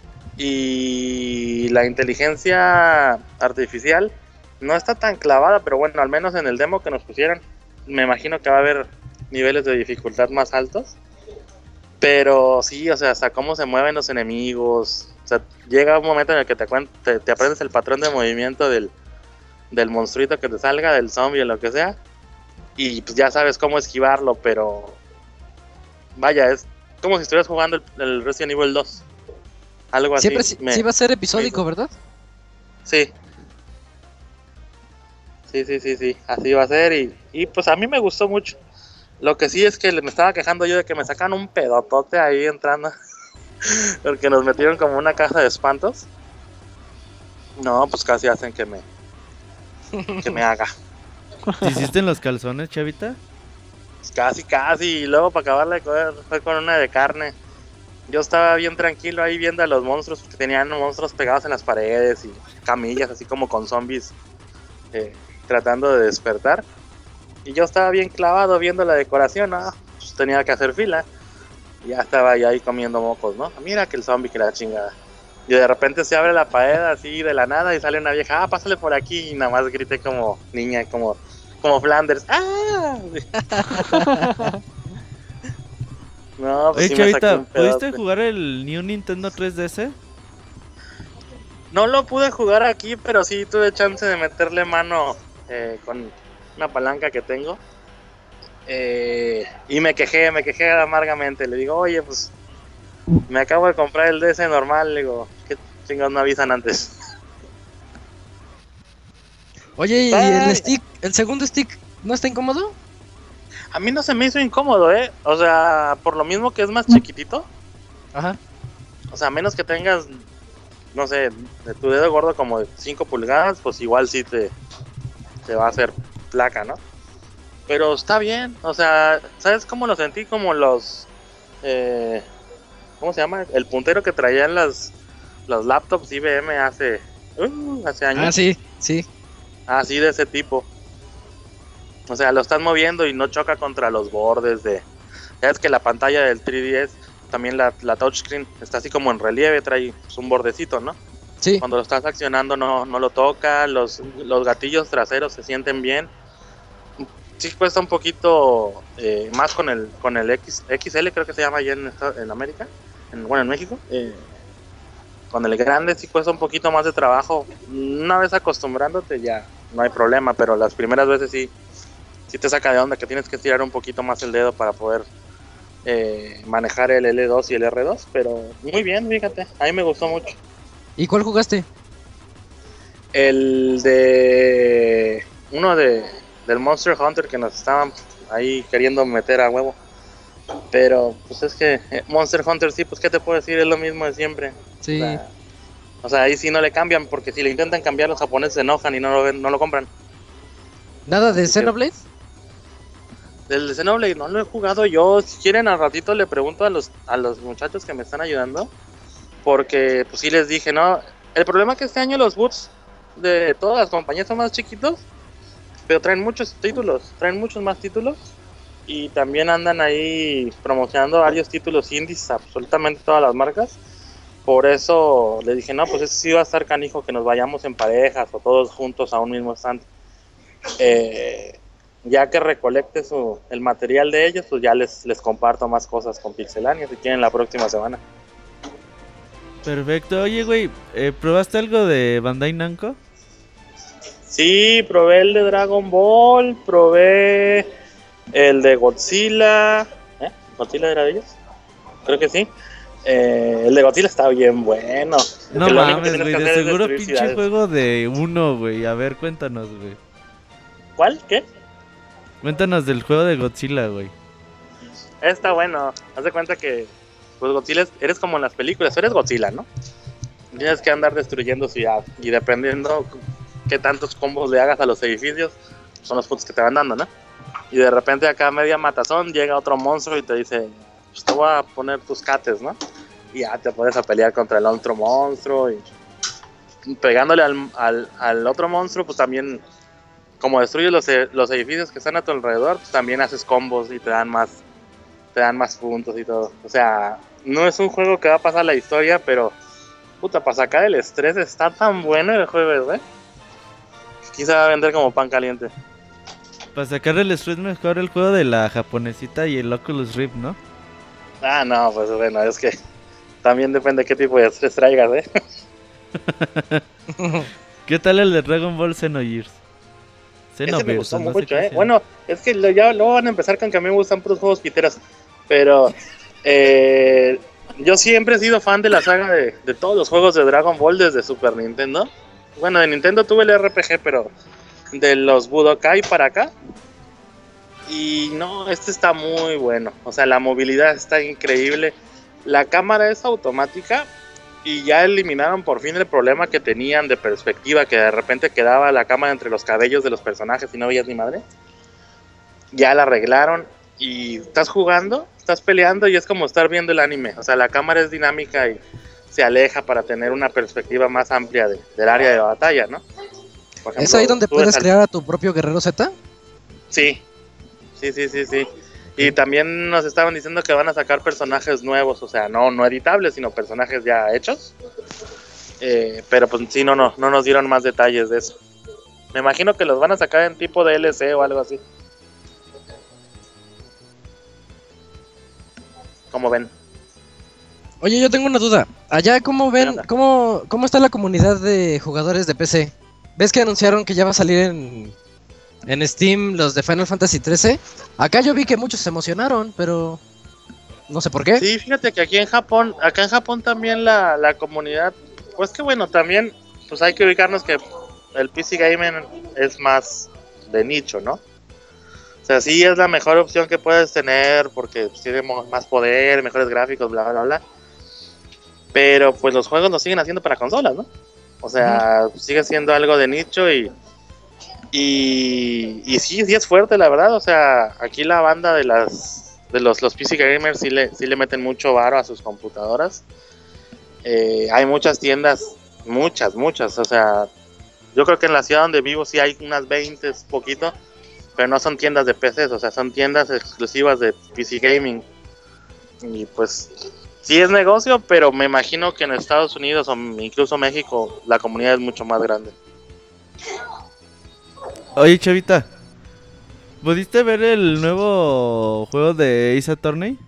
[SPEAKER 5] Y la inteligencia artificial no está tan clavada, pero bueno, al menos en el demo que nos pusieron, me imagino que va a haber niveles de dificultad más altos. Pero sí, o sea, hasta cómo se mueven los enemigos. O sea, llega un momento en el que te, cuen- te, te aprendes el patrón de movimiento del, del monstruito que te salga, del zombie o lo que sea. Y pues ya sabes cómo esquivarlo, pero vaya, es como si estuvieras jugando el, el Resident Evil dos. Algo así.
[SPEAKER 4] Siempre sí,
[SPEAKER 5] me-
[SPEAKER 4] sí va a ser episódico, ¿verdad?
[SPEAKER 5] Sí. Sí, sí, sí, sí. Así va a ser y, y pues a mí me gustó mucho. Lo que sí es que me estaba quejando yo de que me sacan un pedotote ahí entrando. Porque nos metieron como una caja de espantos. No, pues casi hacen que me que me haga.
[SPEAKER 1] ¿Te hiciste en los calzones, Chavita?
[SPEAKER 5] Pues casi, casi. Y luego para acabarla de comer fue con una de carne. Yo estaba bien tranquilo ahí viendo a los monstruos, porque tenían monstruos pegados en las paredes y camillas, así como con zombies eh, tratando de despertar. Y yo estaba bien clavado viendo la decoración, ¿no? Pues tenía que hacer fila. Y ya estaba yo ahí comiendo mocos, ¿no? Mira que el zombie, que la chingada. Y de repente se abre la pared así de la nada y sale una vieja, ah, pásale por aquí. Y nada más grité como niña, como, como Flanders. ¡Ah! No, pues
[SPEAKER 1] Oye,
[SPEAKER 5] sí me saqué
[SPEAKER 1] Chavita,
[SPEAKER 5] un pedazo.
[SPEAKER 1] ¿pudiste jugar el New Nintendo tres D S?
[SPEAKER 5] No lo pude jugar aquí, pero sí tuve chance de meterle mano eh, con una palanca que tengo. Eh, y me quejé, me quejé amargamente. Le digo, oye, pues me acabo de comprar el D S normal. Le digo, ¿qué chingados no avisan antes?
[SPEAKER 4] Oye, ¿y
[SPEAKER 5] Ay.
[SPEAKER 4] el stick, el segundo stick, no está incómodo?
[SPEAKER 5] A mí no se me hizo incómodo, ¿eh? O sea, por lo mismo que es más chiquitito.
[SPEAKER 4] Ajá.
[SPEAKER 5] O sea, a menos que tengas, no sé, de tu dedo gordo como de cinco pulgadas, pues igual sí te, te va a hacer placa, ¿no? Pero está bien, o sea, ¿sabes cómo lo sentí? Como los, eh, ¿cómo se llama? El puntero que traían las, los laptops I B M hace, uh, hace años.
[SPEAKER 4] Ah, sí, sí.
[SPEAKER 5] Así de ese tipo. O sea, lo estás moviendo y no choca contra los bordes de... Ya es que la pantalla del tres D S, también la, la touchscreen, está así como en relieve, trae pues, un bordecito, ¿no?
[SPEAKER 4] Sí.
[SPEAKER 5] Cuando lo estás accionando no, no lo toca, los, los gatillos traseros se sienten bien. Sí cuesta un poquito eh, más con el con el X, X L, creo que se llama allá en, esta- en América, en, bueno, en México. Eh, con el grande sí cuesta un poquito más de trabajo. Una vez acostumbrándote ya no hay problema, pero las primeras veces sí, sí te saca de onda que tienes que estirar un poquito más el dedo para poder eh, manejar el L dos y el R dos, pero muy bien, fíjate, a mí me gustó mucho.
[SPEAKER 4] ¿Y cuál jugaste?
[SPEAKER 5] El de uno de del Monster Hunter que nos estaban ahí queriendo meter a huevo. Pero pues es que eh, Monster Hunter sí, pues qué te puedo decir, es lo mismo de siempre.
[SPEAKER 4] Sí.
[SPEAKER 5] O sea, o sea, ahí sí no le cambian, porque si le intentan cambiar los japoneses se enojan y no lo, ven- no lo compran.
[SPEAKER 4] ¿Nada de
[SPEAKER 5] Así que-
[SPEAKER 4] Xenoblade?
[SPEAKER 5] Del Xenoblade no lo he jugado yo. Si quieren al ratito le pregunto a los a los muchachos que me están ayudando, porque pues sí les dije, no. El problema es que este año los boots de todas las compañías son más chiquitos, pero traen muchos títulos, traen muchos más títulos y también andan ahí promocionando varios títulos indies, absolutamente todas las marcas. Por eso le dije, no, pues ese sí va a estar canijo que nos vayamos en parejas o todos juntos a un mismo stand. Eh, ya que recolecte su, el material de ellos, pues ya les, les comparto más cosas con Pixelania si quieren la próxima semana.
[SPEAKER 1] Perfecto. Oye, güey, eh, ¿probaste algo de Bandai Namco?
[SPEAKER 5] Sí, probé el de Dragon Ball, probé el de Godzilla. ¿Eh? ¿Godzilla era de ellos? Creo que sí. Eh, el de Godzilla está bien bueno.
[SPEAKER 1] No
[SPEAKER 5] Que lo único que
[SPEAKER 1] mames,
[SPEAKER 5] tienes
[SPEAKER 1] güey,
[SPEAKER 5] que
[SPEAKER 1] de
[SPEAKER 5] hacer es
[SPEAKER 1] seguro
[SPEAKER 5] destruir
[SPEAKER 1] pinche
[SPEAKER 5] ciudades.
[SPEAKER 1] juego de uno, güey. A ver, cuéntanos, güey.
[SPEAKER 5] ¿Cuál? ¿Qué?
[SPEAKER 1] Cuéntanos del juego de Godzilla, güey.
[SPEAKER 5] Está bueno. Haz de cuenta que pues Godzilla es- eres como en las películas, eres Godzilla, ¿no? Tienes que andar destruyendo ciudad y dependiendo qué tantos combos le hagas a los edificios, son los puntos que te van dando, ¿no? Y de repente acá a media matazón llega otro monstruo y te dice, pues te voy a poner tus cates, ¿no? Y ya te pones a pelear contra el otro monstruo y pegándole al, al, al otro monstruo, pues también como destruyes los, e- los edificios que están a tu alrededor, pues también haces combos y te dan más te dan más puntos y todo. O sea, no es un juego que va a pasar la historia, pero puta, para sacar el estrés está tan bueno el juego, ¿eh? Quizá va a vender como pan caliente.
[SPEAKER 1] Para sacar el estrés mejor el juego de la japonesita y el Oculus Rift, ¿no?
[SPEAKER 5] Ah, no, pues bueno, es que también depende qué tipo de estrés traigas, ¿eh?
[SPEAKER 1] ¿Qué tal el de Dragon Ball Xenogears?
[SPEAKER 5] Ese me
[SPEAKER 1] Xenoverse,
[SPEAKER 5] gustó
[SPEAKER 1] no sé
[SPEAKER 5] mucho,
[SPEAKER 1] cómo
[SPEAKER 5] ¿eh?
[SPEAKER 1] se llama.
[SPEAKER 5] Bueno, es que lo- ya luego van a empezar con que a mí me gustan puros juegos piteros, pero eh, yo siempre he sido fan de la saga de, de todos los juegos de Dragon Ball desde Super Nintendo. Bueno, de Nintendo tuve el R P G, pero de los Budokai para acá. Y no, este está muy bueno. O sea, la movilidad está increíble. La cámara es automática y ya eliminaron por fin el problema que tenían de perspectiva, que de repente quedaba la cámara entre los cabellos de los personajes y no veías ni madre. Ya la arreglaron y estás jugando, estás peleando y es como estar viendo el anime. O sea, la cámara es dinámica y se aleja para tener una perspectiva más amplia de- del área de batalla, ¿no? Por
[SPEAKER 4] ¿Es ahí donde
[SPEAKER 5] tú ves
[SPEAKER 4] puedes
[SPEAKER 5] al-
[SPEAKER 4] crear a tu propio Guerrero Z?
[SPEAKER 5] Sí, sí, sí, sí, sí. Y también nos estaban diciendo que van a sacar personajes nuevos, o sea, no, no editables, sino personajes ya hechos. Eh, pero pues sí, no, no, no nos dieron más detalles de eso. Me imagino que los van a sacar en tipo D L C o algo así. ¿Cómo ven?
[SPEAKER 4] Oye, yo tengo una duda. Allá, ¿cómo
[SPEAKER 5] ¿Qué
[SPEAKER 4] ven,
[SPEAKER 5] onda?
[SPEAKER 4] cómo, cómo está la comunidad de jugadores de P C? ¿Ves que anunciaron que ya va a salir en, en Steam los de Final Fantasy trece? Acá yo vi que muchos se emocionaron, pero no sé por qué.
[SPEAKER 5] Sí, fíjate que aquí en Japón, acá en Japón también la, la comunidad, pues que bueno, también pues hay que ubicarnos que el P C Gaming es más de nicho, ¿no? O sea, sí es la mejor opción que puedes tener porque pues, tiene mo- más poder, mejores gráficos, bla, bla, bla. Pero pues los juegos los siguen haciendo para consolas, ¿no? O sea, sigue siendo algo de nicho y, y, y sí, sí es fuerte, la verdad. O sea, aquí la banda de las de los, los P C gamers sí le, sí le meten mucho varo a sus computadoras. Eh, hay muchas tiendas, muchas, muchas. O sea, yo creo que en la ciudad donde vivo sí hay unas veinte, es poquito, pero no son tiendas de P Cs, o sea, son tiendas exclusivas de P C gaming. Y pues sí es negocio, pero me imagino que en Estados Unidos o incluso México la comunidad es mucho más grande.
[SPEAKER 1] Oye, Chavita, ¿pudiste ver el nuevo juego de Ace Attorney?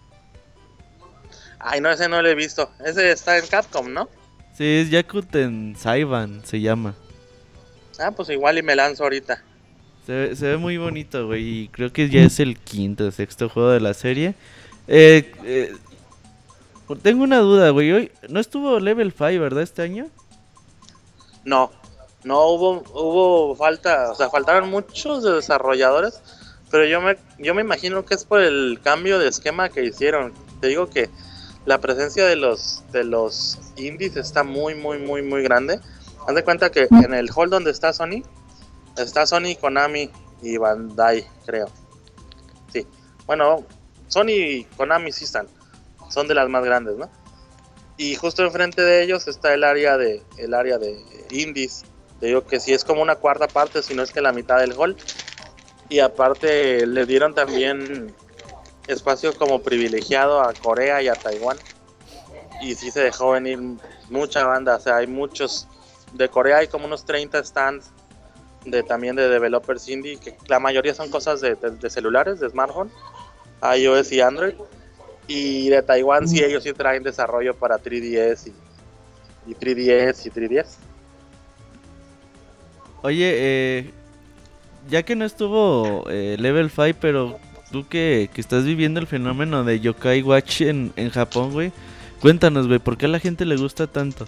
[SPEAKER 5] Ay, no, ese no lo he visto. Ese está en Capcom, ¿no?
[SPEAKER 1] Sí, es Yakuten Saiban, se llama.
[SPEAKER 5] Ah, pues igual y me lanzo ahorita.
[SPEAKER 1] Se, ve- se ve muy bonito, güey, y creo que ya es el quinto o sexto juego de la serie. Eh, eh, tengo una duda, güey, hoy no estuvo Level cinco, ¿verdad, este año?
[SPEAKER 5] No, no hubo hubo falta, o sea, faltaron muchos desarrolladores, pero yo me yo me imagino que es por el cambio de esquema que hicieron. Te digo que la presencia de los de los indies está muy muy muy muy grande. Haz de cuenta que en el hall donde está Sony, está Sony, Konami y Bandai, creo. Sí. Bueno, Sony y Konami sí están. Son de las más grandes, ¿no? Y justo enfrente de ellos está el área de el área de indies. Te digo que sí es como una cuarta parte, si no es que la mitad del hall. Y aparte le dieron también espacio como privilegiado a Corea y a Taiwán. Y sí se dejó venir mucha banda, o sea, hay muchos. De Corea hay como unos treinta stands de también de developers indie, que la mayoría son cosas de, de, de celulares, de smartphone, iOS y Android. Y de Taiwán sí, ellos sí traen desarrollo para tres D S y, y tres D S y tres D S.
[SPEAKER 1] Oye, eh, ya que no estuvo eh, Level cinco, pero tú que, que estás viviendo el fenómeno de Yokai Watch en, en Japón, güey, cuéntanos, güey, ¿por qué a la gente le gusta tanto?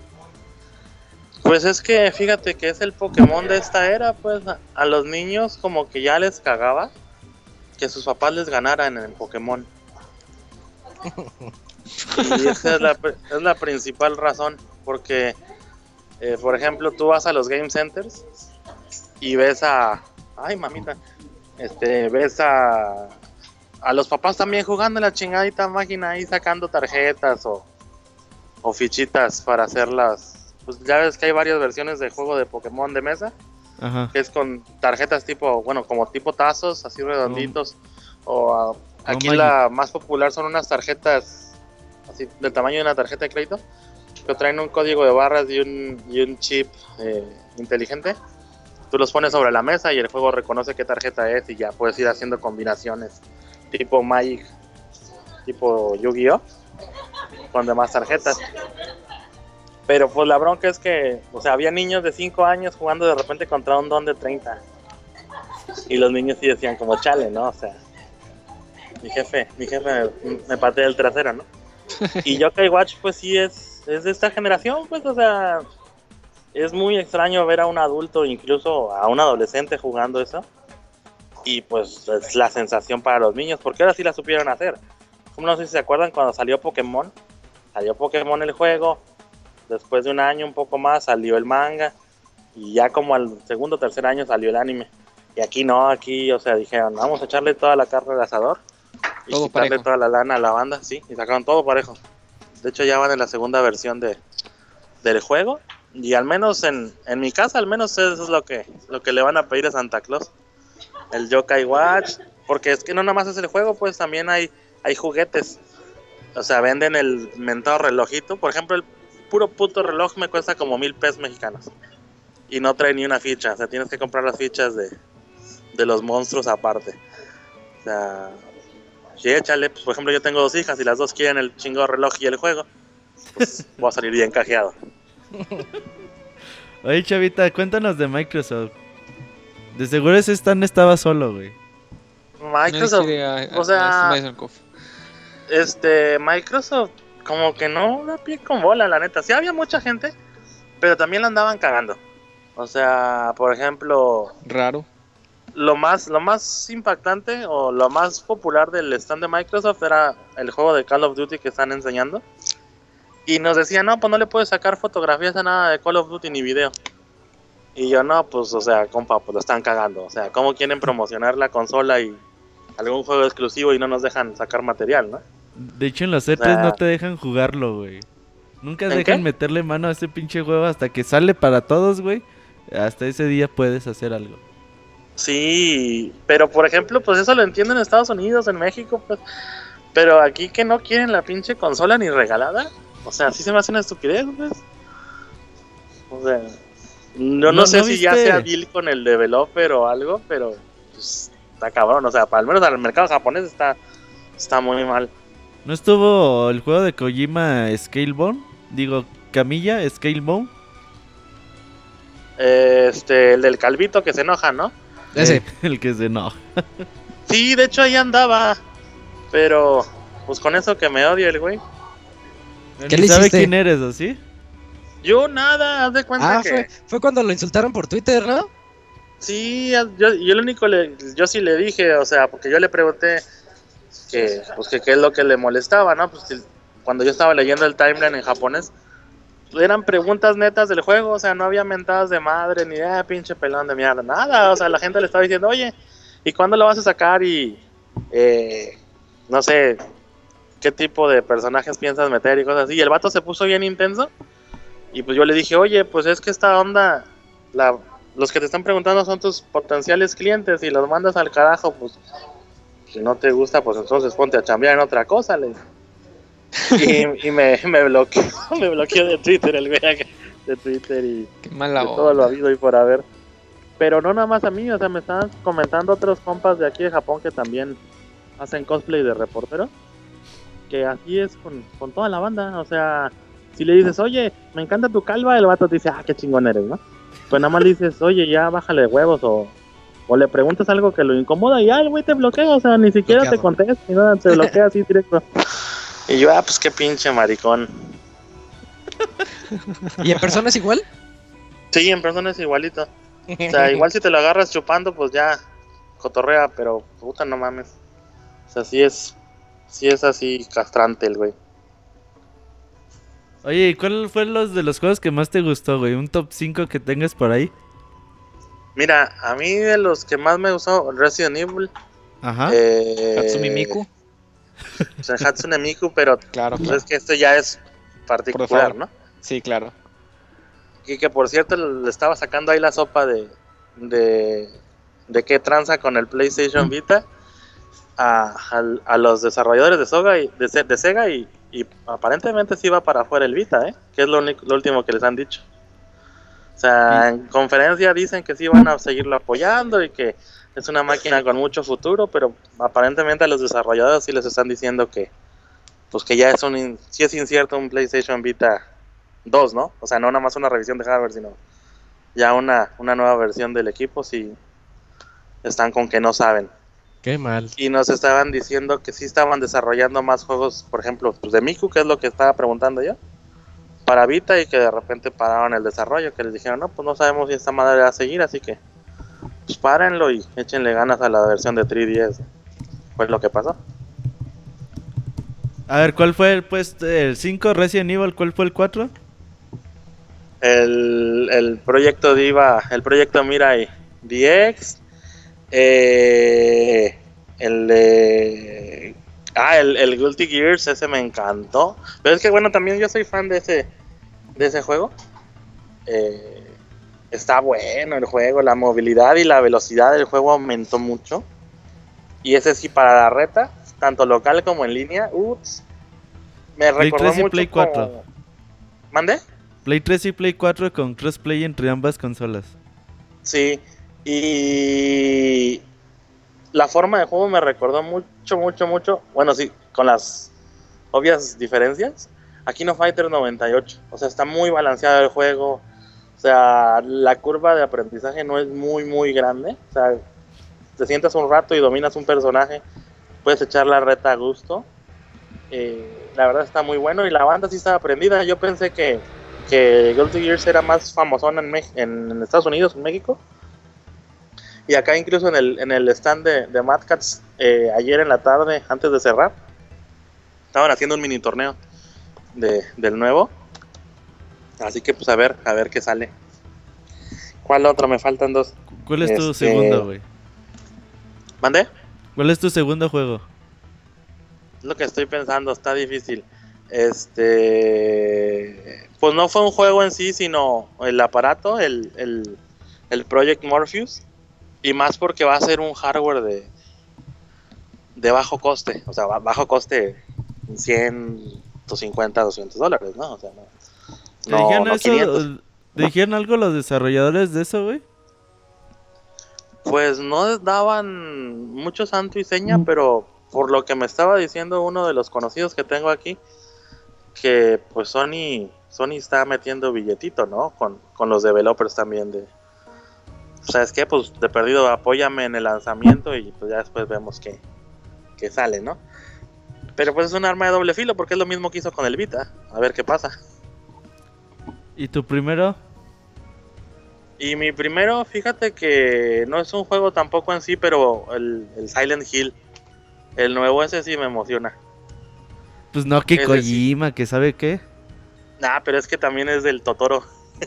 [SPEAKER 5] Pues es que fíjate que es el Pokémon de esta era, pues a, a los niños como que ya les cagaba que sus papás les ganaran en el Pokémon. Y esa es la, es la principal razón, porque eh, por ejemplo tú vas a los game centers y ves a, ay mamita, este, ves a a los papás también jugando en la chingadita máquina ahí sacando tarjetas o, o fichitas para hacerlas. Pues ya ves que hay varias versiones de juego de Pokémon de mesa.
[SPEAKER 1] Ajá.
[SPEAKER 5] Que es con tarjetas tipo, bueno, como tipo tazos, así redonditos. O uh, aquí
[SPEAKER 1] Magic.
[SPEAKER 5] La más popular son unas tarjetas así del tamaño de una tarjeta de crédito, que traen un código de barras y un, y un chip eh, inteligente. Tú los pones sobre la mesa y el juego reconoce qué tarjeta es y ya puedes ir haciendo combinaciones tipo Magic, tipo Yu-Gi-Oh, con demás tarjetas. Pero pues la bronca es que, o sea, había niños de cinco años jugando de repente contra un don de treinta. Y los niños sí decían como chale, ¿no? O sea, mi jefe, mi jefe me, me patea el trasero, ¿no? Y Yokai Watch pues sí es, es de esta generación, pues, o sea, es muy extraño ver a un adulto, incluso a un adolescente jugando eso. Y pues es la sensación para los niños, porque ahora sí la supieron hacer. Como no sé si se acuerdan cuando salió Pokémon, salió Pokémon el juego. Después de un año, un poco más, salió el manga. Y ya como al segundo o tercer año salió el anime. Y aquí no, aquí, o sea, dijeron, vamos a echarle toda la carne al asador. Y
[SPEAKER 6] Todo
[SPEAKER 5] quitarle
[SPEAKER 6] parejo.
[SPEAKER 5] toda la lana a la banda, sí. Y sacaron todo parejo. De hecho, ya van en la segunda versión de del juego. Y al menos en, en mi casa, al menos eso es lo que, lo que le van a pedir a Santa Claus. El Yokai Watch. Porque es que no nada más es el juego, pues también hay, hay juguetes. O sea, venden el mentado relojito. Por ejemplo, el puro puto reloj me cuesta como mil pesos mexicanos. Y no trae ni una ficha. O sea, tienes que comprar las fichas de, de los monstruos aparte. O sea, sí, échale. Pues, por ejemplo, yo tengo dos hijas y las dos quieren el chingado reloj y el juego. Pues voy a salir bien cajeado.
[SPEAKER 1] Oye, chavita, cuéntanos de Microsoft. De seguro ese stand estaba solo, güey.
[SPEAKER 5] Microsoft,
[SPEAKER 6] Nadie quiere a- a-
[SPEAKER 5] o sea,
[SPEAKER 6] a Microsoft.
[SPEAKER 5] este, Microsoft como que no da pie con bola, la neta. Sí había mucha gente, pero también la andaban cagando. O sea, por ejemplo,
[SPEAKER 6] Raro.
[SPEAKER 5] lo más lo más impactante o lo más popular del stand de Microsoft era el juego de Call of Duty que están enseñando. Y nos decían, no, pues no le puedes sacar fotografías a nada de Call of Duty ni video. Y yo, no, pues, o sea, compa, pues lo están cagando. O sea, ¿cómo quieren promocionar la consola y algún juego exclusivo y no nos dejan sacar material, no?
[SPEAKER 1] De hecho, en los E tres
[SPEAKER 5] O sea,
[SPEAKER 1] no te dejan jugarlo, güey. Nunca
[SPEAKER 5] ¿en
[SPEAKER 1] dejan
[SPEAKER 5] qué?
[SPEAKER 1] meterle mano a ese pinche juego hasta que sale para todos, güey. Hasta ese día puedes hacer algo.
[SPEAKER 5] Sí, pero por ejemplo, pues eso lo entiendo en Estados Unidos, en México, pues. Pero aquí que no quieren la pinche consola ni regalada. O sea, sí se me hace una estupidez, pues. O sea, yo no,
[SPEAKER 1] No-
[SPEAKER 5] sé
[SPEAKER 1] ¿no
[SPEAKER 5] si ya
[SPEAKER 1] viste?
[SPEAKER 5] sea deal con el developer o algo, pero pues, está cabrón. O sea, para al menos al mercado japonés está, está muy mal.
[SPEAKER 1] ¿No estuvo el juego de Kojima Scalebone? Digo, Camilla Scalebone.
[SPEAKER 5] Este, el del calvito que se enoja, ¿no?
[SPEAKER 4] Ese.
[SPEAKER 1] Eh, el que se enoja.
[SPEAKER 5] Sí, de hecho ahí andaba. Pero, pues con eso que me odia el güey.
[SPEAKER 4] ¿Qué
[SPEAKER 1] Ni
[SPEAKER 4] le
[SPEAKER 1] sabe
[SPEAKER 4] hiciste?
[SPEAKER 1] quién eres, ¿o sí?
[SPEAKER 5] Yo nada, haz de cuenta
[SPEAKER 4] Ah,
[SPEAKER 5] que...
[SPEAKER 4] fue, fue cuando lo insultaron por Twitter, ¿no?
[SPEAKER 5] Sí, yo, yo lo único, le, yo sí le dije, o sea, porque yo le pregunté que, pues, que qué es lo que le molestaba, ¿no? Pues que cuando yo estaba leyendo el timeline en japonés, eran preguntas netas del juego, o sea, no había mentadas de madre, ni de ah, pinche pelón de mierda, nada, o sea, la gente le estaba diciendo, oye, ¿y cuándo lo vas a sacar? Y, eh, no sé, ¿qué tipo de personajes piensas meter y cosas así? Y el vato se puso bien intenso, y pues yo le dije, oye, pues es que esta onda, la, los que te están preguntando son tus potenciales clientes, y los mandas al carajo, pues, si no te gusta, pues entonces ponte a chambear en otra cosa, le y, y me, me bloqueó, me bloqueó de Twitter el güey de Twitter y
[SPEAKER 6] Qué mala
[SPEAKER 5] de todo lo
[SPEAKER 6] onda.
[SPEAKER 5] habido y por haber. Pero no nada más a mí, o sea, me estaban comentando otros compas de aquí de Japón que también hacen cosplay de reporteros, que así es con, con toda la banda, o sea, si le dices, oye, me encanta tu calva, el vato te dice, ah, qué chingón eres, ¿no? Pues nada más le dices, oye, ya bájale de huevos o, o le preguntas algo que lo incomoda y ya el güey te bloquea, o sea, ni siquiera
[SPEAKER 4] Bloqueado.
[SPEAKER 5] te contesta, ni nada, te bloquea así directo. Y yo, ah, pues qué pinche maricón.
[SPEAKER 4] ¿Y en persona es igual?
[SPEAKER 5] Sí, en persona es igualito. O sea, igual si te lo agarras chupando, pues ya cotorrea, pero puta, no mames. O sea, sí es, sí es así castrante el güey.
[SPEAKER 1] Oye, ¿y cuál fue los de los juegos que más te gustó, güey? Un top cinco que tengas por ahí.
[SPEAKER 5] Mira, a mí de los que más me gustó, Resident Evil.
[SPEAKER 1] Ajá.
[SPEAKER 5] Eh,
[SPEAKER 6] Hatsune Miku.
[SPEAKER 5] O sea, Hatsune Miku, pero
[SPEAKER 6] Claro,
[SPEAKER 5] pues
[SPEAKER 6] claro.
[SPEAKER 5] es que esto ya es
[SPEAKER 6] Por
[SPEAKER 5] particular,
[SPEAKER 6] favor.
[SPEAKER 5] ¿no?
[SPEAKER 6] Sí, claro.
[SPEAKER 5] Y que por cierto le estaba sacando ahí la sopa de de, de qué tranza con el PlayStation Vita a, a, a los desarrolladores de Sega y de, de Sega y, y aparentemente sí va para afuera el Vita, ¿eh? Que es lo, único, lo último que les han dicho. O sea, en conferencia dicen que sí van a seguirlo apoyando y que es una máquina con mucho futuro, pero aparentemente a los desarrolladores sí les están diciendo que pues que ya es un sí es incierto un PlayStation Vita dos, ¿no? O sea, no nada más una revisión de hardware, sino ya una, una nueva versión del equipo, sí están con que no saben.
[SPEAKER 4] Qué mal.
[SPEAKER 5] Y nos estaban diciendo que sí estaban desarrollando más juegos, por ejemplo, pues de Miku, que es lo que estaba preguntando yo, para Vita, y que de repente pararon el desarrollo, que les dijeron, no, pues no sabemos si esta madre va a seguir, así que pues párenlo y échenle ganas a la versión de tres D S. Fue lo que pasó.
[SPEAKER 1] A ver, ¿cuál fue el puesto? El cinco, Resident Evil, ¿cuál fue el cuatro?
[SPEAKER 5] El, el proyecto Diva, el proyecto Mirai D X, eh, el de... Ah, el, el Guilty Gears, ese me encantó. Pero es que bueno, también yo soy fan de ese, de ese juego. Eh, está bueno el juego, la movilidad y la velocidad del juego aumentó mucho. Y ese sí para la reta, tanto local como en línea. Ups, me
[SPEAKER 1] Play
[SPEAKER 5] recordó
[SPEAKER 1] tres y
[SPEAKER 5] mucho
[SPEAKER 1] Play
[SPEAKER 5] como...
[SPEAKER 1] cuatro.
[SPEAKER 5] ¿Mande?
[SPEAKER 1] Play tres y Play cuatro con crossplay entre ambas consolas.
[SPEAKER 5] Sí, y la forma de juego me recordó mucho, mucho, mucho. Bueno, sí, con las obvias diferencias. A King of Fighters noventa y ocho. O sea, está muy balanceado el juego. O sea, la curva de aprendizaje no es muy, muy grande. O sea, te sientas un rato y dominas un personaje. Puedes echar la reta a gusto. Eh, la verdad está muy bueno. Y la banda sí está aprendida. Yo pensé que, que Guilty Gears era más famosón en, Me- en, en Estados Unidos, en México. Y acá incluso en el, en el stand de, de Mad Cats, eh, ayer en la tarde, antes de cerrar, estaban haciendo un mini torneo de, del nuevo. Así que pues a ver, a ver qué sale. ¿Cuál otro? Me faltan dos.
[SPEAKER 1] ¿Cuál es tu
[SPEAKER 5] Este-
[SPEAKER 1] segundo, güey?
[SPEAKER 5] ¿Mandé?
[SPEAKER 1] ¿Cuál es tu segundo juego?
[SPEAKER 5] Es lo que estoy pensando, está difícil. Este... Pues no fue un juego en sí, sino el aparato, el, el, el Project Morpheus. Y más porque va a ser un hardware de, de bajo coste. O sea, ba- bajo coste ciento cincuenta, doscientos dólares, ¿no? O sea, no,
[SPEAKER 1] ¿Te
[SPEAKER 5] no,
[SPEAKER 1] dijeron
[SPEAKER 5] no
[SPEAKER 1] eso?
[SPEAKER 5] quinientos.
[SPEAKER 1] ¿Te dijeron algo los desarrolladores de eso, güey?
[SPEAKER 5] Pues no daban mucho santo y seña, pero por lo que me estaba diciendo uno de los conocidos que tengo aquí, que pues Sony Sony está metiendo billetito, ¿no? Con, con los developers también de... ¿Sabes qué? Pues de perdido apóyame en el lanzamiento y pues ya después vemos que, que sale, ¿no? Pero pues es un arma de doble filo porque es lo mismo que hizo con el Vita. A ver qué pasa.
[SPEAKER 1] ¿Y tu primero?
[SPEAKER 5] Y mi primero, fíjate que no es un juego tampoco en sí, pero el, el Silent Hill, el nuevo, ese sí me emociona.
[SPEAKER 1] Pues no, que
[SPEAKER 5] Ese
[SPEAKER 1] Kojima, que sabe qué.
[SPEAKER 5] Nah, pero es que también es del Totoro.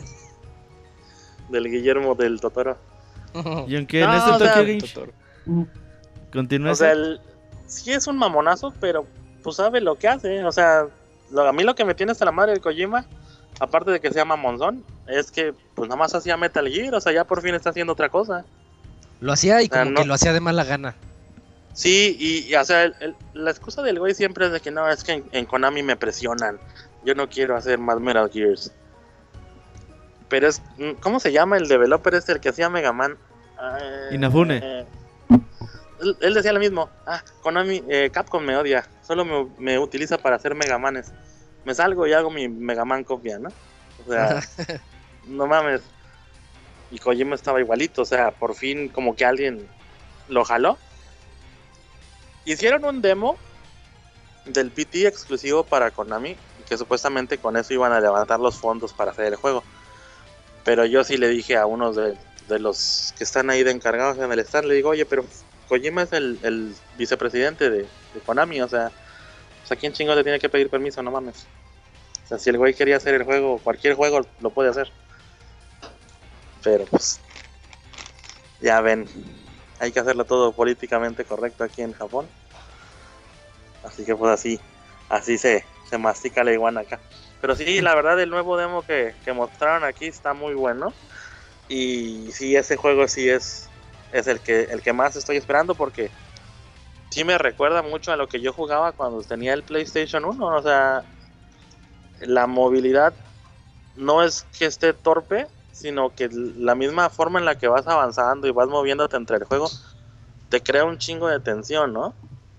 [SPEAKER 5] Del Guillermo del Totoro.
[SPEAKER 1] Y aunque
[SPEAKER 5] No,
[SPEAKER 1] en este
[SPEAKER 5] o sea,
[SPEAKER 1] Tokyo Game Show continúa
[SPEAKER 5] O sea, el, sí es un mamonazo, pero pues sabe lo que hace. O sea, lo- a mí lo que me tiene hasta la madre de Kojima, aparte de que sea mamonzón, es que pues nada más hacía Metal Gear. O sea, ya por fin está haciendo otra cosa.
[SPEAKER 4] Lo hacía y
[SPEAKER 5] O sea,
[SPEAKER 4] como
[SPEAKER 5] no-
[SPEAKER 4] que lo hacía de mala gana.
[SPEAKER 5] Sí, y, y, o sea, el- el- la excusa del güey siempre es de que no, es que en, en Konami me presionan. Yo no quiero hacer más Metal Gears. Pero es, ¿cómo se llama el developer este, el que hacía Mega Man? Eh,
[SPEAKER 1] Inafune.
[SPEAKER 5] eh, él, él decía lo mismo. Ah, Konami, eh, Capcom me odia. Solo me, me utiliza para hacer Mega Manes. Me salgo y hago mi Mega Man copia, ¿no? O sea, no mames. Y Kojima estaba igualito. O sea, por fin como que alguien lo jaló. Hicieron un demo del P T exclusivo para Konami, que supuestamente con eso iban a levantar los fondos para hacer el juego. Pero yo sí le dije a unos de, de los que están ahí de encargados en el stand, le digo, oye, pero Kojima es el, el vicepresidente de, de Konami, o sea, pues a quién chingo le tiene que pedir permiso, no mames. O sea, si el güey quería hacer el juego, cualquier juego lo puede hacer. Pero pues, ya ven, hay que hacerlo todo políticamente correcto aquí en Japón. Así que pues así, así se, se mastica la iguana acá. Pero sí, la verdad el nuevo demo que, que mostraron aquí está muy bueno. Y sí, ese juego sí es, es el que el que más estoy esperando porque sí me recuerda mucho a lo que yo jugaba cuando tenía el PlayStation uno. O sea, la movilidad no es que esté torpe, sino que la misma forma en la que vas avanzando y vas moviéndote entre el juego te crea un chingo de tensión, ¿no?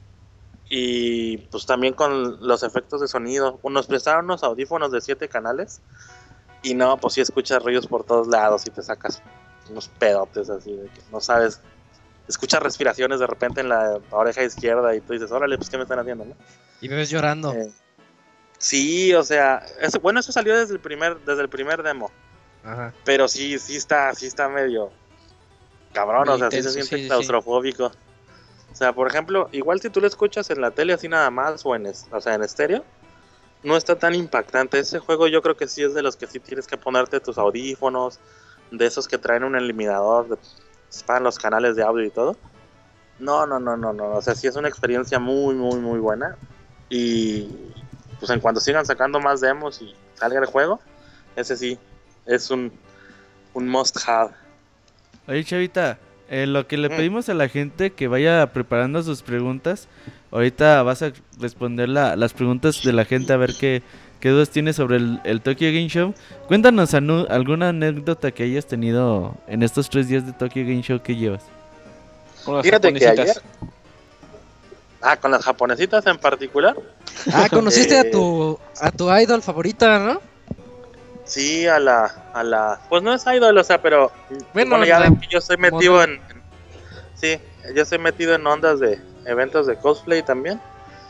[SPEAKER 5] Y pues también con los efectos de sonido. Nos prestaron unos audífonos de siete canales y no, pues sí escuchas ruidos por todos lados y te sacas unos pedotes así de que no sabes. Escuchas respiraciones de repente en la oreja izquierda y tú dices, órale, pues ¿qué me están haciendo, no?
[SPEAKER 4] Y me ves llorando.
[SPEAKER 5] Eh, sí, o sea, eso, bueno, eso salió desde el primer desde el primer demo,
[SPEAKER 4] Ajá.
[SPEAKER 5] pero sí, sí está, sí está medio cabrón,
[SPEAKER 6] Medio
[SPEAKER 5] o sea,
[SPEAKER 6] intenso,
[SPEAKER 5] sí se siente
[SPEAKER 6] sí, sí,
[SPEAKER 5] claustrofóbico. O sea, por ejemplo, igual si tú lo escuchas en la tele así nada más o en, es, o sea, en estéreo, no está tan impactante. Ese juego yo creo que sí es de los que sí tienes que ponerte tus audífonos, de esos que traen un eliminador de, para los canales de audio y todo. No, no, no, no, no. O sea, sí es una experiencia muy, muy, muy buena. Y pues en cuanto sigan sacando más demos y salga el juego, ese sí es un, un must have.
[SPEAKER 1] Oye, Chavita, eh, lo que le
[SPEAKER 5] Mm.
[SPEAKER 1] pedimos a la gente que vaya preparando sus preguntas. Ahorita vas a responder la- las preguntas de la gente a ver qué, qué dudas tienes sobre el, el Tokyo Game Show. Cuéntanos anu- alguna anécdota que hayas tenido en estos tres días de Tokyo Game Show que llevas.
[SPEAKER 6] Con las
[SPEAKER 5] Fíjate que
[SPEAKER 6] japonesitas.
[SPEAKER 5] ayer... Ah, con las japonesitas en particular.
[SPEAKER 4] Ah, conociste
[SPEAKER 5] Eh,
[SPEAKER 4] a tu a tu idol favorita, ¿no?
[SPEAKER 5] Sí, a la, a la, pues no es idol, o sea, pero
[SPEAKER 4] Bueno,
[SPEAKER 5] bueno, ya
[SPEAKER 4] la
[SPEAKER 5] ven que yo estoy metido
[SPEAKER 4] modelo.
[SPEAKER 5] en, en- sí, yo estoy metido en ondas de eventos de cosplay también.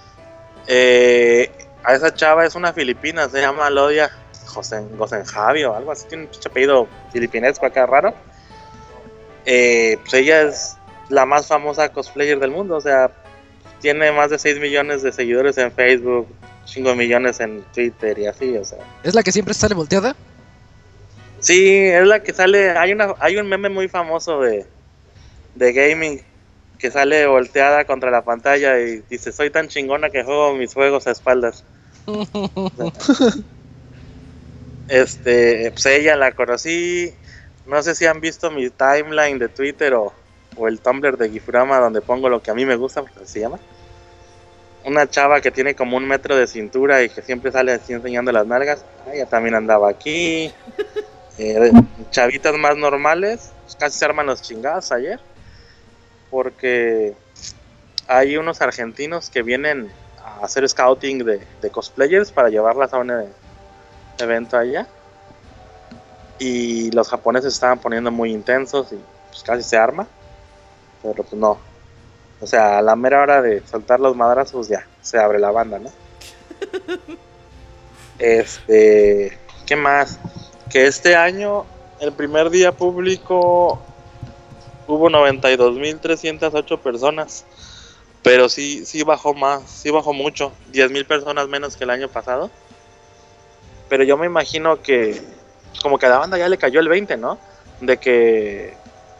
[SPEAKER 5] Eh, a esa chava es una filipina, se llama Lodia Josen, Gosenjavi o algo así, tiene un pinche apellido filipinesco acá raro. Eh, pues ella es la más famosa cosplayer del mundo, o sea, tiene más de seis millones de seguidores en Facebook, cinco millones en Twitter y así, o sea.
[SPEAKER 4] ¿Es la que siempre sale volteada?
[SPEAKER 5] Sí, es la que sale. Hay una, hay un meme muy famoso de, de gaming que sale volteada contra la pantalla y dice: soy tan chingona que juego mis juegos a espaldas. Este, pues ella la conocí. No sé si han visto mi timeline de Twitter o, o el Tumblr de Gifurama donde pongo lo que a mí me gusta, porque así se llama. Una chava que tiene como un metro de cintura y que siempre sale así enseñando las nalgas. Ella también andaba aquí. Eh, chavitas más normales, pues casi se arman los chingados ayer. Porque hay unos argentinos que vienen a hacer scouting de, de cosplayers para llevarlas a un e- evento allá. Y los japoneses estaban poniendo muy intensos y pues casi se arma. Pero pues no. O sea, a la mera hora de soltar los madrazos ya se abre la banda, ¿no? Este, ¿qué más? que este año, el primer día público, hubo noventa y dos mil trescientas ocho personas. Pero sí, sí bajó más, sí bajó mucho, diez mil personas menos que el año pasado. Pero yo me imagino que como que a la banda ya le cayó el veinte, ¿no? De que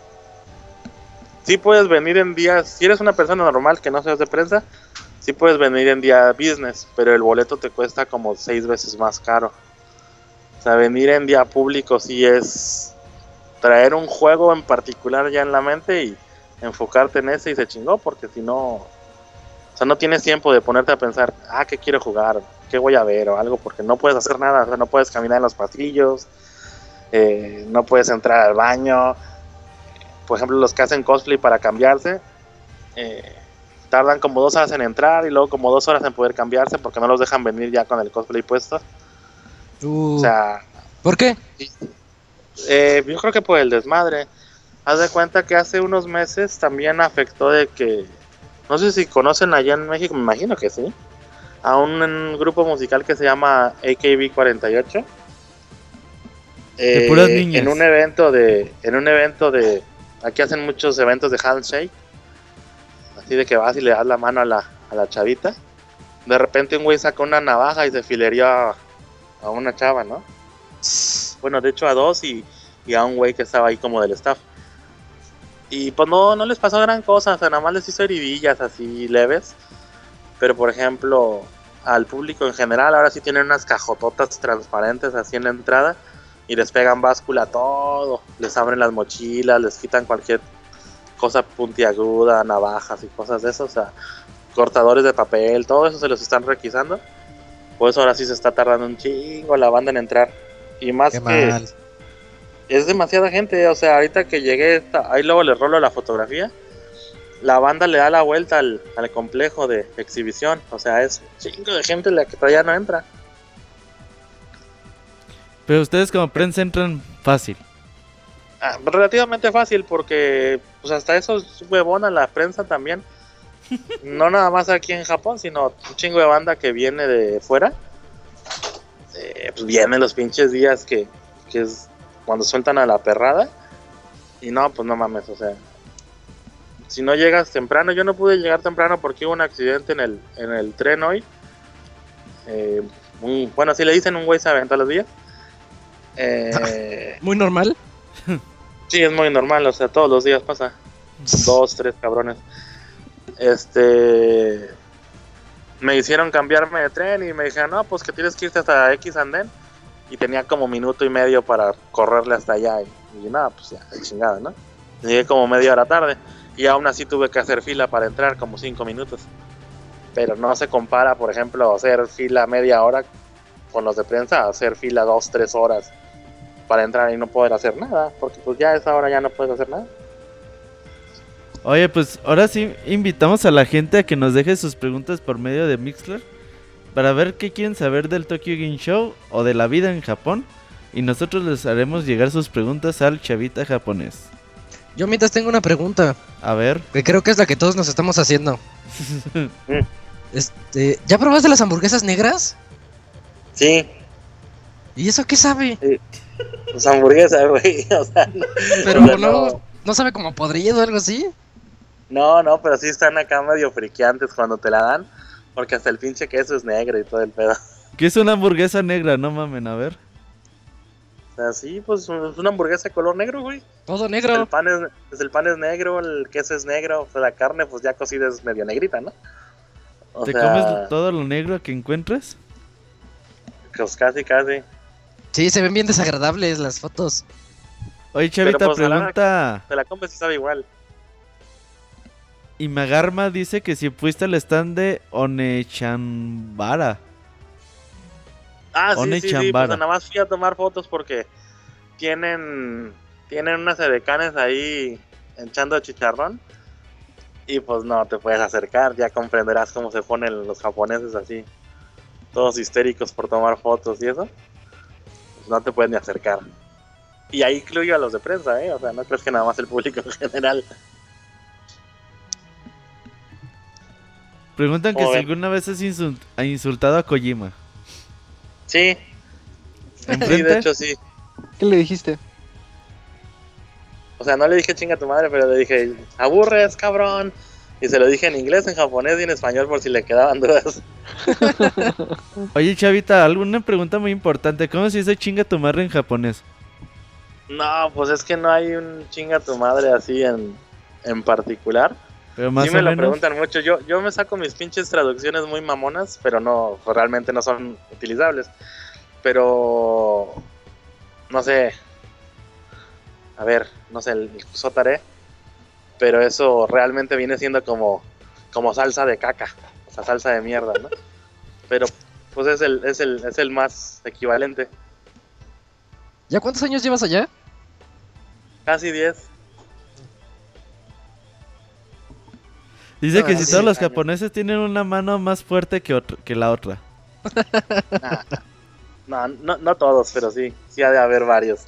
[SPEAKER 5] sí puedes venir en días, si eres una persona normal que no seas de prensa, sí puedes venir en día business, pero el boleto te cuesta como seis veces más caro. O sea, venir en día público sí es traer un juego en particular ya en la mente y enfocarte en ese y se chingó, porque si no, o sea, no tienes tiempo de ponerte a pensar, ah, ¿qué quiero jugar? ¿Qué voy a ver? O algo, porque no puedes hacer nada, o sea, no puedes caminar en los pasillos, eh, no puedes entrar al baño. Por ejemplo, los que hacen cosplay para cambiarse, eh, tardan como dos horas en entrar y luego como dos horas en poder cambiarse porque no los dejan venir ya con el cosplay puesto.
[SPEAKER 4] Uh,
[SPEAKER 5] O sea,
[SPEAKER 4] ¿por qué?
[SPEAKER 5] eh, yo creo que por el desmadre. Haz de cuenta que hace unos meses también afectó de que, no sé si conocen allá en México, me imagino que sí, a un, un grupo musical que se llama A K B cuarenta y ocho.
[SPEAKER 1] De puras
[SPEAKER 5] Eh,
[SPEAKER 1] niñas.
[SPEAKER 5] en un evento de, en un evento de, aquí hacen muchos eventos de handshake, así de que vas y le das la mano a la, a la chavita. De repente un güey saca una navaja y se filería a, a una chava, ¿no? Bueno, de hecho a dos y, y a un güey que estaba ahí como del staff. Y pues no, no les pasó gran cosa, o sea, nada más les hizo heridillas así leves. Pero por ejemplo, al público en general, ahora sí tienen unas cajototas transparentes así en la entrada y les pegan báscula a todo. Les abren las mochilas, les quitan cualquier cosa puntiaguda, navajas y cosas de eso, o sea, cortadores de papel, todo eso se los están requisando. Por eso ahora sí se está tardando un chingo la banda en entrar. Y más
[SPEAKER 4] Qué
[SPEAKER 5] que
[SPEAKER 4] mal.
[SPEAKER 5] es demasiada gente, o sea, ahorita que llegué, esta- ahí luego les rolo la fotografía, la banda le da la vuelta al, al complejo de exhibición, o sea, es un chingo de gente la que todavía no entra.
[SPEAKER 1] Pero ustedes como prensa entran fácil.
[SPEAKER 5] Ah, relativamente fácil porque pues hasta eso es huevona la prensa también. No nada más aquí en Japón, sino un chingo de banda que viene de fuera. Eh, pues vienen los pinches días que, que es cuando sueltan a la perrada. Y no, pues no mames, o sea, si no llegas temprano, yo no pude llegar temprano porque hubo un accidente en el, en el tren hoy. Eh, un- bueno, así le dicen, un güey se aventó a los días. Eh,
[SPEAKER 4] Muy normal.
[SPEAKER 5] sí, es muy normal, o sea, todos los días pasa. Dos, tres cabrones. Este. Me hicieron cambiarme de tren y me dijeron, no, pues que tienes que irte hasta X andén. Y tenía como minuto y medio para correrle hasta allá. Y, y nada, pues ya, de chingada, ¿no? Llegué como media hora tarde. Y aún así tuve que hacer fila para entrar, como cinco minutos. Pero no se compara, por ejemplo, hacer fila media hora con los de prensa, a hacer fila dos, tres horas para entrar y no poder hacer nada. Porque pues ya a esa hora ya no puedes hacer nada.
[SPEAKER 1] Oye, pues ahora sí invitamos a la gente a que nos deje sus preguntas por medio de Mixler para ver qué quieren saber del Tokyo Game Show o de la vida en Japón, y nosotros les haremos llegar sus preguntas al chavita japonés.
[SPEAKER 4] Yo mientras tengo una pregunta,
[SPEAKER 1] A ver.
[SPEAKER 4] que creo que es la que todos nos estamos haciendo. Este, ¿ya probaste las hamburguesas negras?
[SPEAKER 5] Sí,
[SPEAKER 4] ¿Y eso qué sabe?
[SPEAKER 5] pues hamburguesa, güey. O sea, no,
[SPEAKER 4] Pero
[SPEAKER 5] o sea,
[SPEAKER 4] no, no sabe como podrido o algo así.
[SPEAKER 5] No, no, pero sí están acá medio friqueantes cuando te la dan, porque hasta el pinche queso es negro y todo el pedo.
[SPEAKER 1] ¿Qué es una hamburguesa negra? No mamen, a ver.
[SPEAKER 5] O sea, sí, pues es una hamburguesa de color negro, güey.
[SPEAKER 4] Todo
[SPEAKER 5] El
[SPEAKER 4] negro.
[SPEAKER 5] pan es, pues, el pan es negro, el queso es negro, o sea, la carne pues ya cocida es medio negrita, ¿no? O
[SPEAKER 1] ¿Te
[SPEAKER 5] sea,
[SPEAKER 1] comes todo lo negro que encuentres?
[SPEAKER 5] pues casi, casi.
[SPEAKER 4] Sí, se ven bien desagradables las fotos.
[SPEAKER 1] Oye, chavita,
[SPEAKER 5] pues, a la-
[SPEAKER 1] pregunta.
[SPEAKER 5] Te la comes y sabe igual.
[SPEAKER 1] Y Magarma dice que si fuiste al stand de Onechanbara.
[SPEAKER 5] Ah, sí,
[SPEAKER 1] One
[SPEAKER 5] sí, sí,
[SPEAKER 1] Chambara.
[SPEAKER 5] pues nada más fui a tomar fotos porque tienen tienen unas edecanes ahí echando chicharrón y pues no te puedes acercar, ya comprenderás cómo se ponen los japoneses así, todos histéricos por tomar fotos y eso, pues no te puedes ni acercar. Y ahí incluyo a los de prensa, ¿eh? O sea, no crees que nada más el público en general.
[SPEAKER 1] Preguntan que
[SPEAKER 5] ¿Cómo
[SPEAKER 1] si
[SPEAKER 5] ven?
[SPEAKER 1] alguna vez has insult- ha insultado a Kojima.
[SPEAKER 5] Sí, sí,
[SPEAKER 1] ¿Enfrente?
[SPEAKER 5] de hecho sí.
[SPEAKER 7] ¿Qué le dijiste?
[SPEAKER 5] O sea, no le dije chinga tu madre, pero le dije, aburres, cabrón. Y se lo dije en inglés, en japonés y en español por si le quedaban dudas.
[SPEAKER 1] Oye, Chavita, alguna pregunta muy importante. ¿Cómo se dice chinga tu madre en japonés?
[SPEAKER 5] No, pues es que no hay un chinga tu madre así en, en particular.
[SPEAKER 1] Pero más
[SPEAKER 5] Sí me
[SPEAKER 1] o
[SPEAKER 5] lo
[SPEAKER 1] menos.
[SPEAKER 5] preguntan mucho. Yo, yo me saco mis pinches traducciones muy mamonas, pero no, pues realmente no son utilizables. Pero no sé. A ver, no sé, el Kusotare. Pero eso realmente viene siendo como, como salsa de caca. O sea, salsa de mierda, ¿no? Pero pues es el, es el, es el más equivalente.
[SPEAKER 4] ¿Ya cuántos años llevas allá?
[SPEAKER 5] Casi diez.
[SPEAKER 1] Dice que
[SPEAKER 4] Ah,
[SPEAKER 1] si
[SPEAKER 4] sí,
[SPEAKER 1] todos los
[SPEAKER 5] años.
[SPEAKER 1] japoneses tienen una mano más fuerte que, otro, que la otra.
[SPEAKER 5] Nah, no, no, no todos, pero sí, sí ha de haber varios.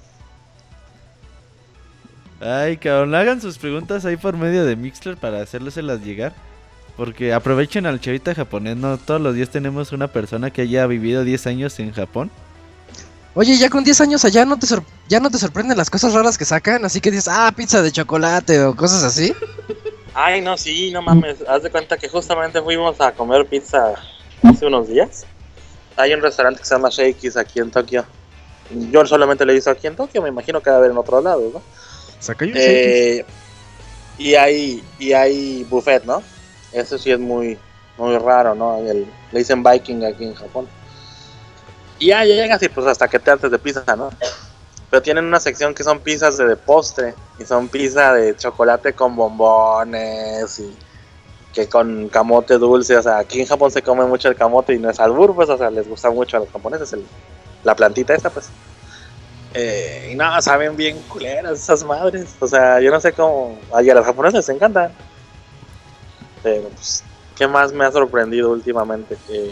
[SPEAKER 1] Ay, cabrón, hagan sus preguntas ahí por medio de Mixler para hacérselas llegar. Porque aprovechen al Chavita japonés, no todos los días tenemos una persona que haya vivido diez años en Japón.
[SPEAKER 4] Oye, ya con diez años allá no te sor- ya no te sorprenden las cosas raras que sacan, así que dices, ah, pizza de chocolate o cosas así.
[SPEAKER 5] Ay, no, sí, no mames. Haz de cuenta que justamente fuimos a comer pizza hace unos días. Hay un restaurante que se llama Shakey's aquí en Tokio. Yo solamente lo he visto aquí en Tokio, me imagino que va a haber en otros lados, ¿no?
[SPEAKER 4] Saca un
[SPEAKER 5] Eh, y hay y hay buffet, ¿no? Eso sí es muy muy raro, ¿no? El, le dicen Viking aquí en Japón. Y ya llegas y pues hasta que te hartes de pizza, ¿no? Pero tienen una sección que son pizzas de, de postre. Y son pizza de chocolate con bombones y que con camote dulce. O sea, aquí en Japón se come mucho el camote y no es albur, pues, o sea, les gusta mucho a los japoneses el, la plantita esta, pues. Eh, y no, saben bien culeras esas madres. O sea, yo no sé cómo. Ay, a los japoneses les encantan. Pero, pues, ¿qué más me ha sorprendido últimamente? Que.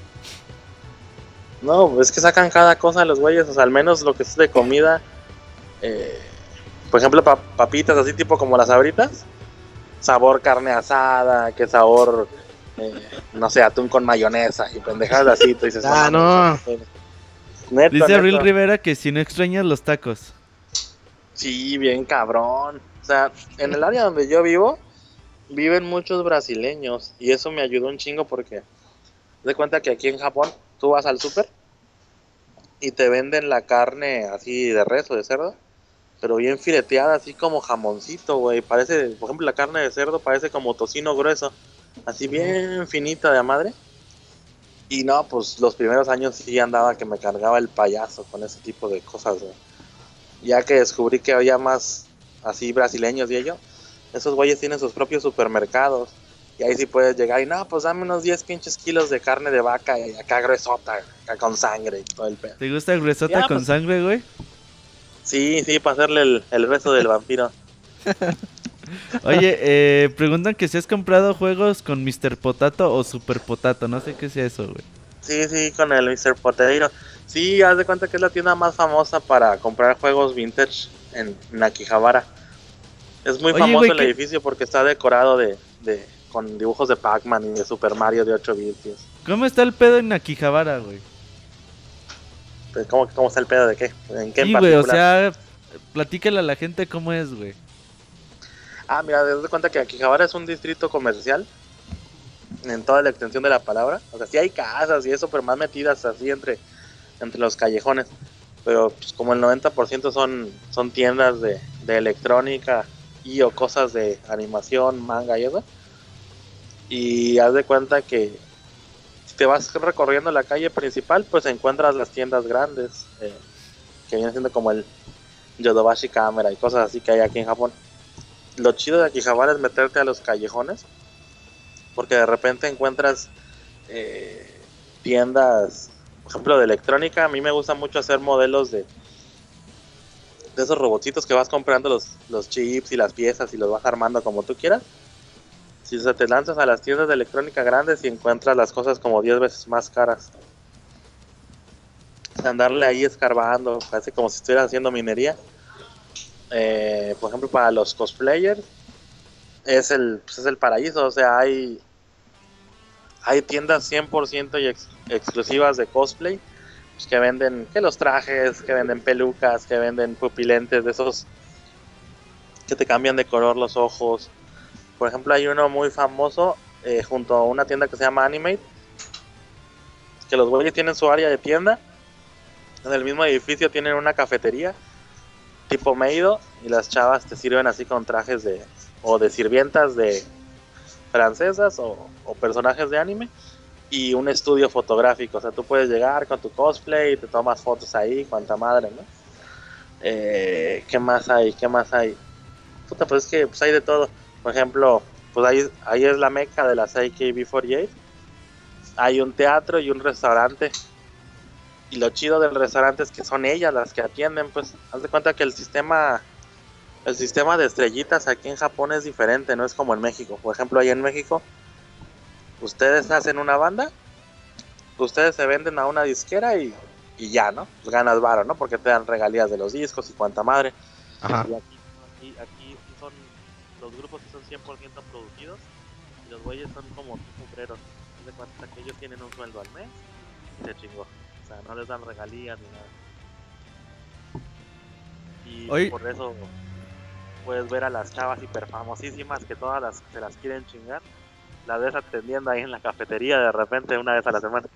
[SPEAKER 5] No, es que sacan cada cosa los güeyes. O sea, al menos lo que es de comida. Eh, por ejemplo, pa- papitas así, tipo como las Sabritas. Sabor carne asada, que sabor. Eh, no sé, atún con mayonesa y pendejadas así. Tú dices,
[SPEAKER 4] Ah,
[SPEAKER 5] mames,
[SPEAKER 4] no.
[SPEAKER 5] Neto,
[SPEAKER 1] Dice Abril
[SPEAKER 5] neto.
[SPEAKER 1] Rivera que si no extrañas los tacos.
[SPEAKER 5] Sí, bien cabrón. O sea, en el área donde yo vivo, viven muchos brasileños. Y eso me ayudó un chingo porque de cuenta que aquí en Japón tú vas al súper y te venden la carne así de res o de cerdo, pero bien fileteada, así como jamoncito, güey. Parece, por ejemplo, la carne de cerdo parece como tocino grueso, así bien finita de a madre. Y no, pues los primeros años sí andaba que me cargaba el payaso con ese tipo de cosas, güey. Ya que descubrí que había más así brasileños y ellos, esos güeyes tienen sus propios supermercados. Y ahí sí puedes llegar y no, pues dame unos diez pinches kilos de carne de vaca y acá gruesota, acá con sangre y todo el pedo.
[SPEAKER 1] ¿Te gusta el gruesota
[SPEAKER 5] Ya,
[SPEAKER 1] con
[SPEAKER 5] pues.
[SPEAKER 1] sangre, güey?
[SPEAKER 5] Sí, sí, para hacerle el, el beso del vampiro.
[SPEAKER 1] Oye, eh, preguntan que si has comprado juegos con mister Potato o Super Potato. No sé qué sea eso, güey.
[SPEAKER 5] Sí, sí, con el mister Potato. Sí, haz de cuenta que es la tienda más famosa para comprar juegos vintage en, en Akihabara. Es muy
[SPEAKER 1] Oye,
[SPEAKER 5] famoso
[SPEAKER 1] güey,
[SPEAKER 5] el
[SPEAKER 1] ¿qué-
[SPEAKER 5] edificio porque está decorado de, de con dibujos de Pac-Man y de Super Mario de ocho bits. y eso.
[SPEAKER 1] ¿Cómo está el pedo en Akihabara, güey?
[SPEAKER 5] Pero ¿Cómo, ¿Cómo está el pedo de qué? ¿En qué en
[SPEAKER 1] Sí, güey, o
[SPEAKER 5] particular?
[SPEAKER 1] sea, platícale a la gente cómo es, güey.
[SPEAKER 5] Ah, mira, haz de cuenta que Akihabara es un distrito comercial en toda la extensión de la palabra. O sea, sí hay casas y eso, pero más metidas así entre, entre los callejones. Pero pues, como el noventa por ciento son, son tiendas de, de electrónica y o cosas de animación, manga y eso. Y haz de cuenta que si te vas recorriendo la calle principal, pues encuentras las tiendas grandes, eh, que vienen siendo como el Yodobashi Camera y cosas así que hay aquí en Japón. Lo chido de Akihabara es meterte a los callejones, porque de repente encuentras eh, tiendas, por ejemplo, de electrónica. A mí me gusta mucho hacer modelos de, de esos robotitos que vas comprando los, los chips y las piezas y los vas armando como tú quieras. Si se te lanzas a las tiendas de electrónica grandes y encuentras las cosas como diez veces más caras. Andarle ahí escarbando, parece como si estuvieras haciendo minería. Eh, por ejemplo, para los cosplayers es el, pues es el paraíso. O sea, hay hay tiendas cien por ciento y ex- exclusivas de cosplay pues, que venden que los trajes, que venden pelucas, que venden pupilentes de esos que te cambian de color los ojos. Por ejemplo, hay uno muy famoso eh, junto a una tienda que se llama Animate, que los güeyes tienen su área de tienda. En el mismo edificio tienen una cafetería tipo Meido y las chavas te sirven así con trajes de o de sirvientas de francesas o, o personajes de anime y un estudio fotográfico. O sea, tú puedes llegar con tu cosplay y te tomas fotos ahí, cuanta madre, ¿no? Eh, ¿Qué más hay? ¿Qué más hay? Puta, pues es que pues hay de todo. Por ejemplo, pues ahí, ahí es la meca de las A K B cuarenta y ocho. Hay un teatro y un restaurante. Y lo chido del restaurante es que son ellas las que atienden, pues. Haz de cuenta que el sistema el sistema de estrellitas aquí en Japón es diferente, no es como en México. Por ejemplo, ahí en México, ustedes hacen una banda, ustedes se venden a una disquera y, y ya, ¿no? Pues ganas varo, ¿no? Porque te dan regalías de los discos y cuanta madre.
[SPEAKER 4] Ajá.
[SPEAKER 5] Y aquí, aquí, aquí sí son los grupos que son cien por ciento producidos y los güeyes son como tipo obreros. Haz de cuenta que ellos tienen un sueldo al mes y se chingó. O sea, no les dan regalías ni nada. Y
[SPEAKER 1] Oye.
[SPEAKER 5] por eso puedes ver a las chavas hiper famosísimas que todas las se las quieren chingar. La ves atendiendo ahí en la cafetería de repente una vez a la semana.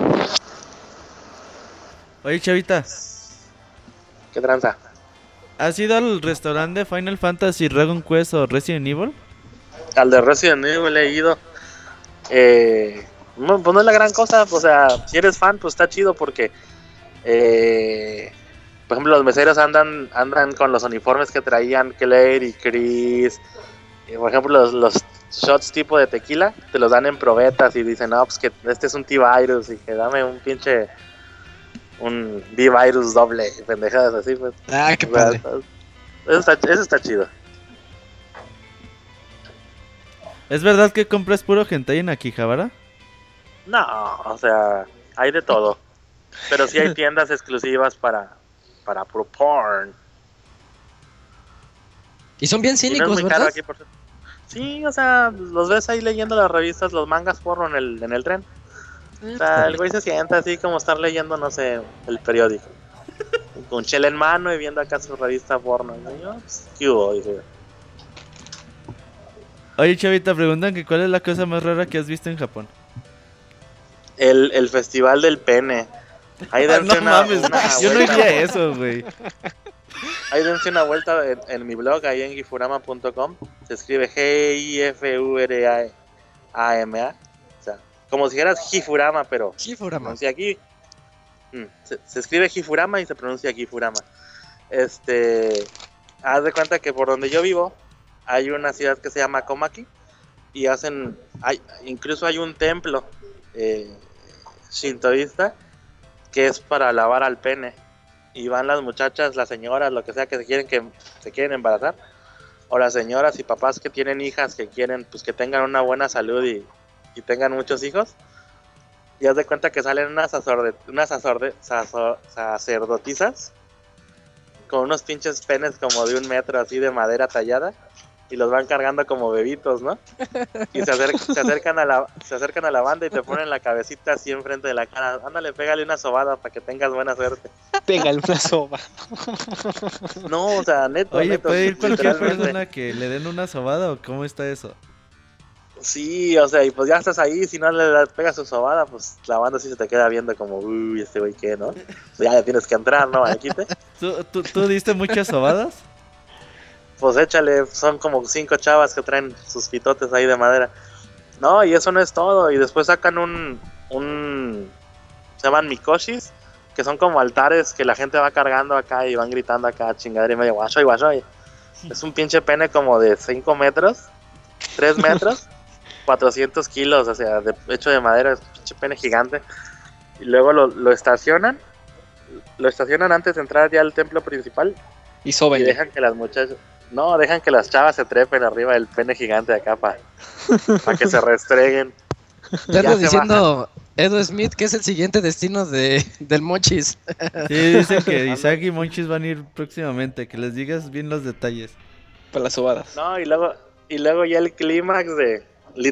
[SPEAKER 1] Oye, Chavita,
[SPEAKER 5] ¿Qué tranza?
[SPEAKER 1] ¿has ido al restaurante de Final Fantasy, Dragon Quest o Resident Evil?
[SPEAKER 5] Al de Resident Evil he ido. Eh, no, pues no es la gran cosa. O sea, si eres fan, pues está chido porque... Eh, por ejemplo, los meseros andan andan con los uniformes que traían Claire y Chris. Y por ejemplo, los, los shots tipo de tequila te los dan en probetas y dicen, no, pues que este es un T-Virus y que dame un pinche... un V-Virus doble, pendejadas así, pues.
[SPEAKER 4] Ah, qué
[SPEAKER 5] O sea,
[SPEAKER 4] padre.
[SPEAKER 5] Eso está, eso está chido.
[SPEAKER 1] ¿Es verdad que compras puro hentai en Akihabara?
[SPEAKER 5] No, o sea, hay de todo. Pero sí hay tiendas exclusivas para, para pro porn.
[SPEAKER 4] Y son bien
[SPEAKER 5] Y no
[SPEAKER 4] cínicos,
[SPEAKER 5] es muy
[SPEAKER 4] ¿verdad?
[SPEAKER 5] caro aquí, por cierto. Sí, o sea, los ves ahí leyendo las revistas, los mangas porno en el, en el tren. O sea, el güey se sienta así como estar leyendo, no sé, el periódico. Con chela en mano y viendo acá su revista porno. Y yo, pues, ¿qué hubo? Dije,
[SPEAKER 1] Oye, Chavita, preguntan que cuál es la cosa más rara que has visto en Japón.
[SPEAKER 5] el, el festival del pene. Ahí dense
[SPEAKER 1] No
[SPEAKER 5] una,
[SPEAKER 1] mames,
[SPEAKER 5] una
[SPEAKER 1] yo no
[SPEAKER 5] vuelta.
[SPEAKER 1] iría a eso, güey.
[SPEAKER 5] Ahí dense una vuelta en, en mi blog, ahí en gifurama punto com. Se escribe G I F U R A M A. O sea, como si dijeras Gifurama, pero se
[SPEAKER 4] Gifurama.
[SPEAKER 5] pronuncia aquí. Mm, Se, se escribe Gifurama y se pronuncia Gifurama. Este, haz de cuenta que por donde yo vivo hay una ciudad que se llama Komaki y hacen, hay, incluso hay un templo eh, shintoísta que es para lavar al pene. Y van las muchachas, las señoras, lo que sea, que se quieren que se quieren embarazar, o las señoras y papás que tienen hijas que quieren pues que tengan una buena salud y, y tengan muchos hijos. Y haz de cuenta que salen unas, sacerde, unas sacerde, sazo, sacerdotisas con unos pinches penes como de un metro así de madera tallada y los van cargando como bebitos, ¿no? Y se, acer, se acercan a la se acercan a la banda y te ponen la cabecita así enfrente de la cara. Ándale, pégale una sobada para que tengas buena suerte.
[SPEAKER 6] Pégale una soba.
[SPEAKER 5] No, o sea, neto,
[SPEAKER 1] Oye,
[SPEAKER 5] neto,
[SPEAKER 1] ¿puede ir cualquier
[SPEAKER 5] literalmente.
[SPEAKER 1] persona que le den una sobada o cómo está eso?
[SPEAKER 5] Sí, o sea, y pues ya estás ahí, si no le das- pegas su sobada, pues la banda sí se te queda viendo como, uy, este güey qué, ¿no? Pues ya le tienes que entrar, ¿no? Aquí te,
[SPEAKER 1] ¿Tú, tú, tú diste muchas sobadas?
[SPEAKER 5] pues échale, son como cinco chavas que traen sus pitotes ahí de madera. No, y eso no es todo, y después sacan un, un, se llaman mikoshis, que son como altares que la gente va cargando acá y van gritando acá, chingadera y medio, guachoy, guachoy. Es un pinche pene como de cinco metros, tres metros, cuatrocientos kilos, o sea, de, hecho de madera, es un pinche pene gigante. Y luego lo, lo estacionan, lo estacionan antes de entrar ya al templo principal
[SPEAKER 6] Y
[SPEAKER 5] y
[SPEAKER 6] sóbenle.
[SPEAKER 5] dejan que las muchachas, no, dejan que las chavas se trepen arriba del pene gigante de acá para que se restreguen.
[SPEAKER 4] Ya
[SPEAKER 5] Ya
[SPEAKER 4] ando
[SPEAKER 5] se
[SPEAKER 4] diciendo Edu Smith que es el siguiente destino de, del Mochis.
[SPEAKER 1] Sí, dicen que Isaac y Monchis van a ir próximamente, que les digas bien los detalles.
[SPEAKER 6] Para las sobadas.
[SPEAKER 5] No, y luego, y luego ya el clímax de,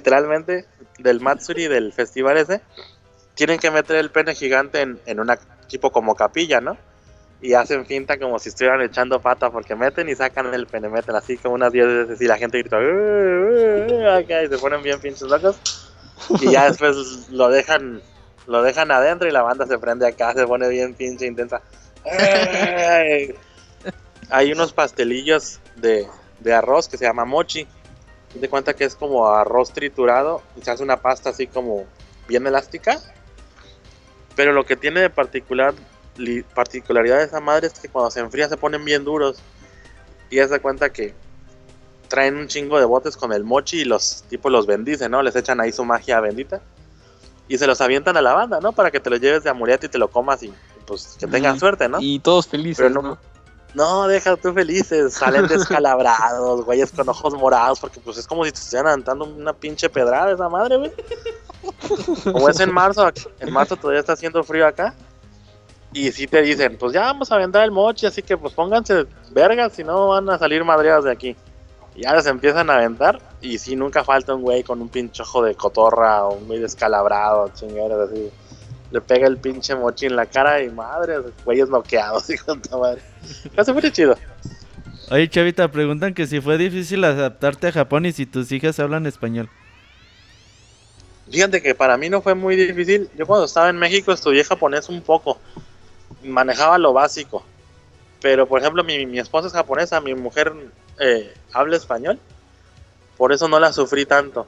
[SPEAKER 5] literalmente, del Matsuri, del festival ese, tienen que meter el pene gigante en, en una tipo como capilla, ¿no? Y hacen finta como si estuvieran echando pata porque meten y sacan el pene, meten así como unas diez veces y la gente grita "Uh, uh, uh", acá, y se ponen bien pinches locos y ya después lo dejan lo dejan adentro y la banda se prende acá, se pone bien pinche intensa. ¡Ey! Hay unos pastelillos de, de arroz que se llama mochi. Te cuenta que es como arroz triturado y se hace una pasta así como bien elástica. Pero lo que tiene de particular li, particularidad de esa madre es que cuando se enfría se ponen bien duros. Y ya se cuenta que traen un chingo de botes con el mochi y los tipos los bendicen, ¿no? Les echan ahí su magia bendita. Y se los avientan a la banda, ¿no? Para que te lo lleves de amuleto y te lo comas y pues que tengan
[SPEAKER 6] Y-
[SPEAKER 5] suerte, ¿no?
[SPEAKER 6] Y todos felices,
[SPEAKER 5] Pero no,
[SPEAKER 6] ¿no?
[SPEAKER 5] no, deja tú felices, salen descalabrados, güeyes con ojos morados, porque pues es como si te estuvieran aventando una pinche pedrada esa madre, güey. Como es en marzo, en marzo todavía está haciendo frío acá. Y si te dicen, pues ya vamos a aventar el mochi, así que pues pónganse vergas, si no van a salir madreadas de aquí. Y ya les empiezan a aventar, y si nunca falta un güey con un pinche ojo de cotorra, o un güey descalabrado, chingaderas así. Le pega el pinche mochi en la cara y madre, güeyes noqueados, hijo de madre. Hace muy chido.
[SPEAKER 1] Oye, Chavita, preguntan que si fue difícil adaptarte a Japón y si tus hijas hablan español.
[SPEAKER 5] Fíjate que para mí no fue muy difícil. Yo cuando estaba en México estudié japonés un poco. Manejaba lo básico. Pero por ejemplo mi, mi esposa es japonesa, mi mujer eh, habla español. Por eso no la sufrí tanto.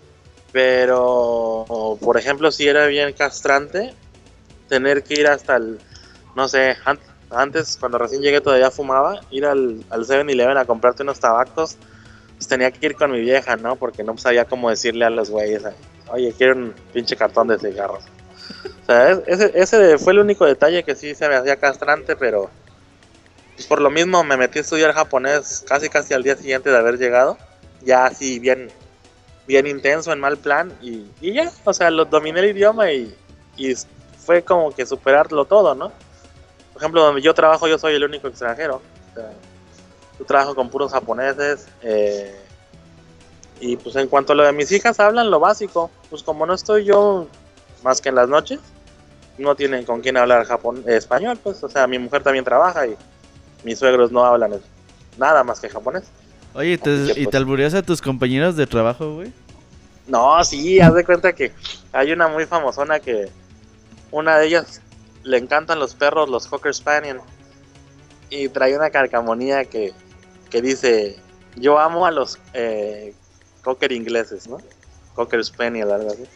[SPEAKER 5] Pero por ejemplo sí era bien castrante tener que ir hasta el... No sé, an- antes cuando recién llegué todavía fumaba. Ir al, al seven eleven a comprarte unos tabacos. Pues tenía que ir con mi vieja, ¿no? Porque no sabía cómo decirle a los güeyes, oye, quiero un pinche cartón de cigarros. O sea, es- ese, ese fue el único detalle que sí se me hacía castrante, pero pues por lo mismo me metí a estudiar japonés casi casi al día siguiente de haber llegado. Ya así bien, bien intenso, en mal plan, y, y ya, o sea, lo dominé el idioma y, y fue como que superarlo todo, ¿no? Por ejemplo, donde yo trabajo yo soy el único extranjero. O sea, yo trabajo con puros japoneses. Eh, y pues en cuanto a lo de mis hijas, hablan lo básico. Pues como no estoy yo más que en las noches, no tienen con quién hablar japon eh, español, pues. O sea, mi mujer también trabaja y mis suegros no hablan nada más que japonés.
[SPEAKER 1] Oye, ¿y te,
[SPEAKER 5] Así que,
[SPEAKER 1] ¿y
[SPEAKER 5] pues,
[SPEAKER 1] te albureas a tus compañeros de trabajo, güey?
[SPEAKER 5] No, sí, haz de cuenta que hay una muy famosona que una de ellas le encantan los perros, los Cocker Spaniel. Y trae una calcamonía que, que dice, yo amo a los eh, Cocker ingleses, ¿no? Cocker Spaniel, algo así.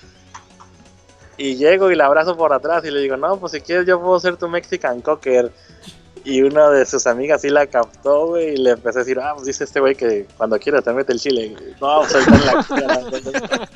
[SPEAKER 5] Y llego y la abrazo por atrás y le digo, no, pues si quieres yo puedo ser tu Mexican Cocker. Y una de sus amigas sí la captó, güey, y le empecé a decir, ah, pues dice este güey que cuando quiera te mete el chile. No, pues ahorita en la cara.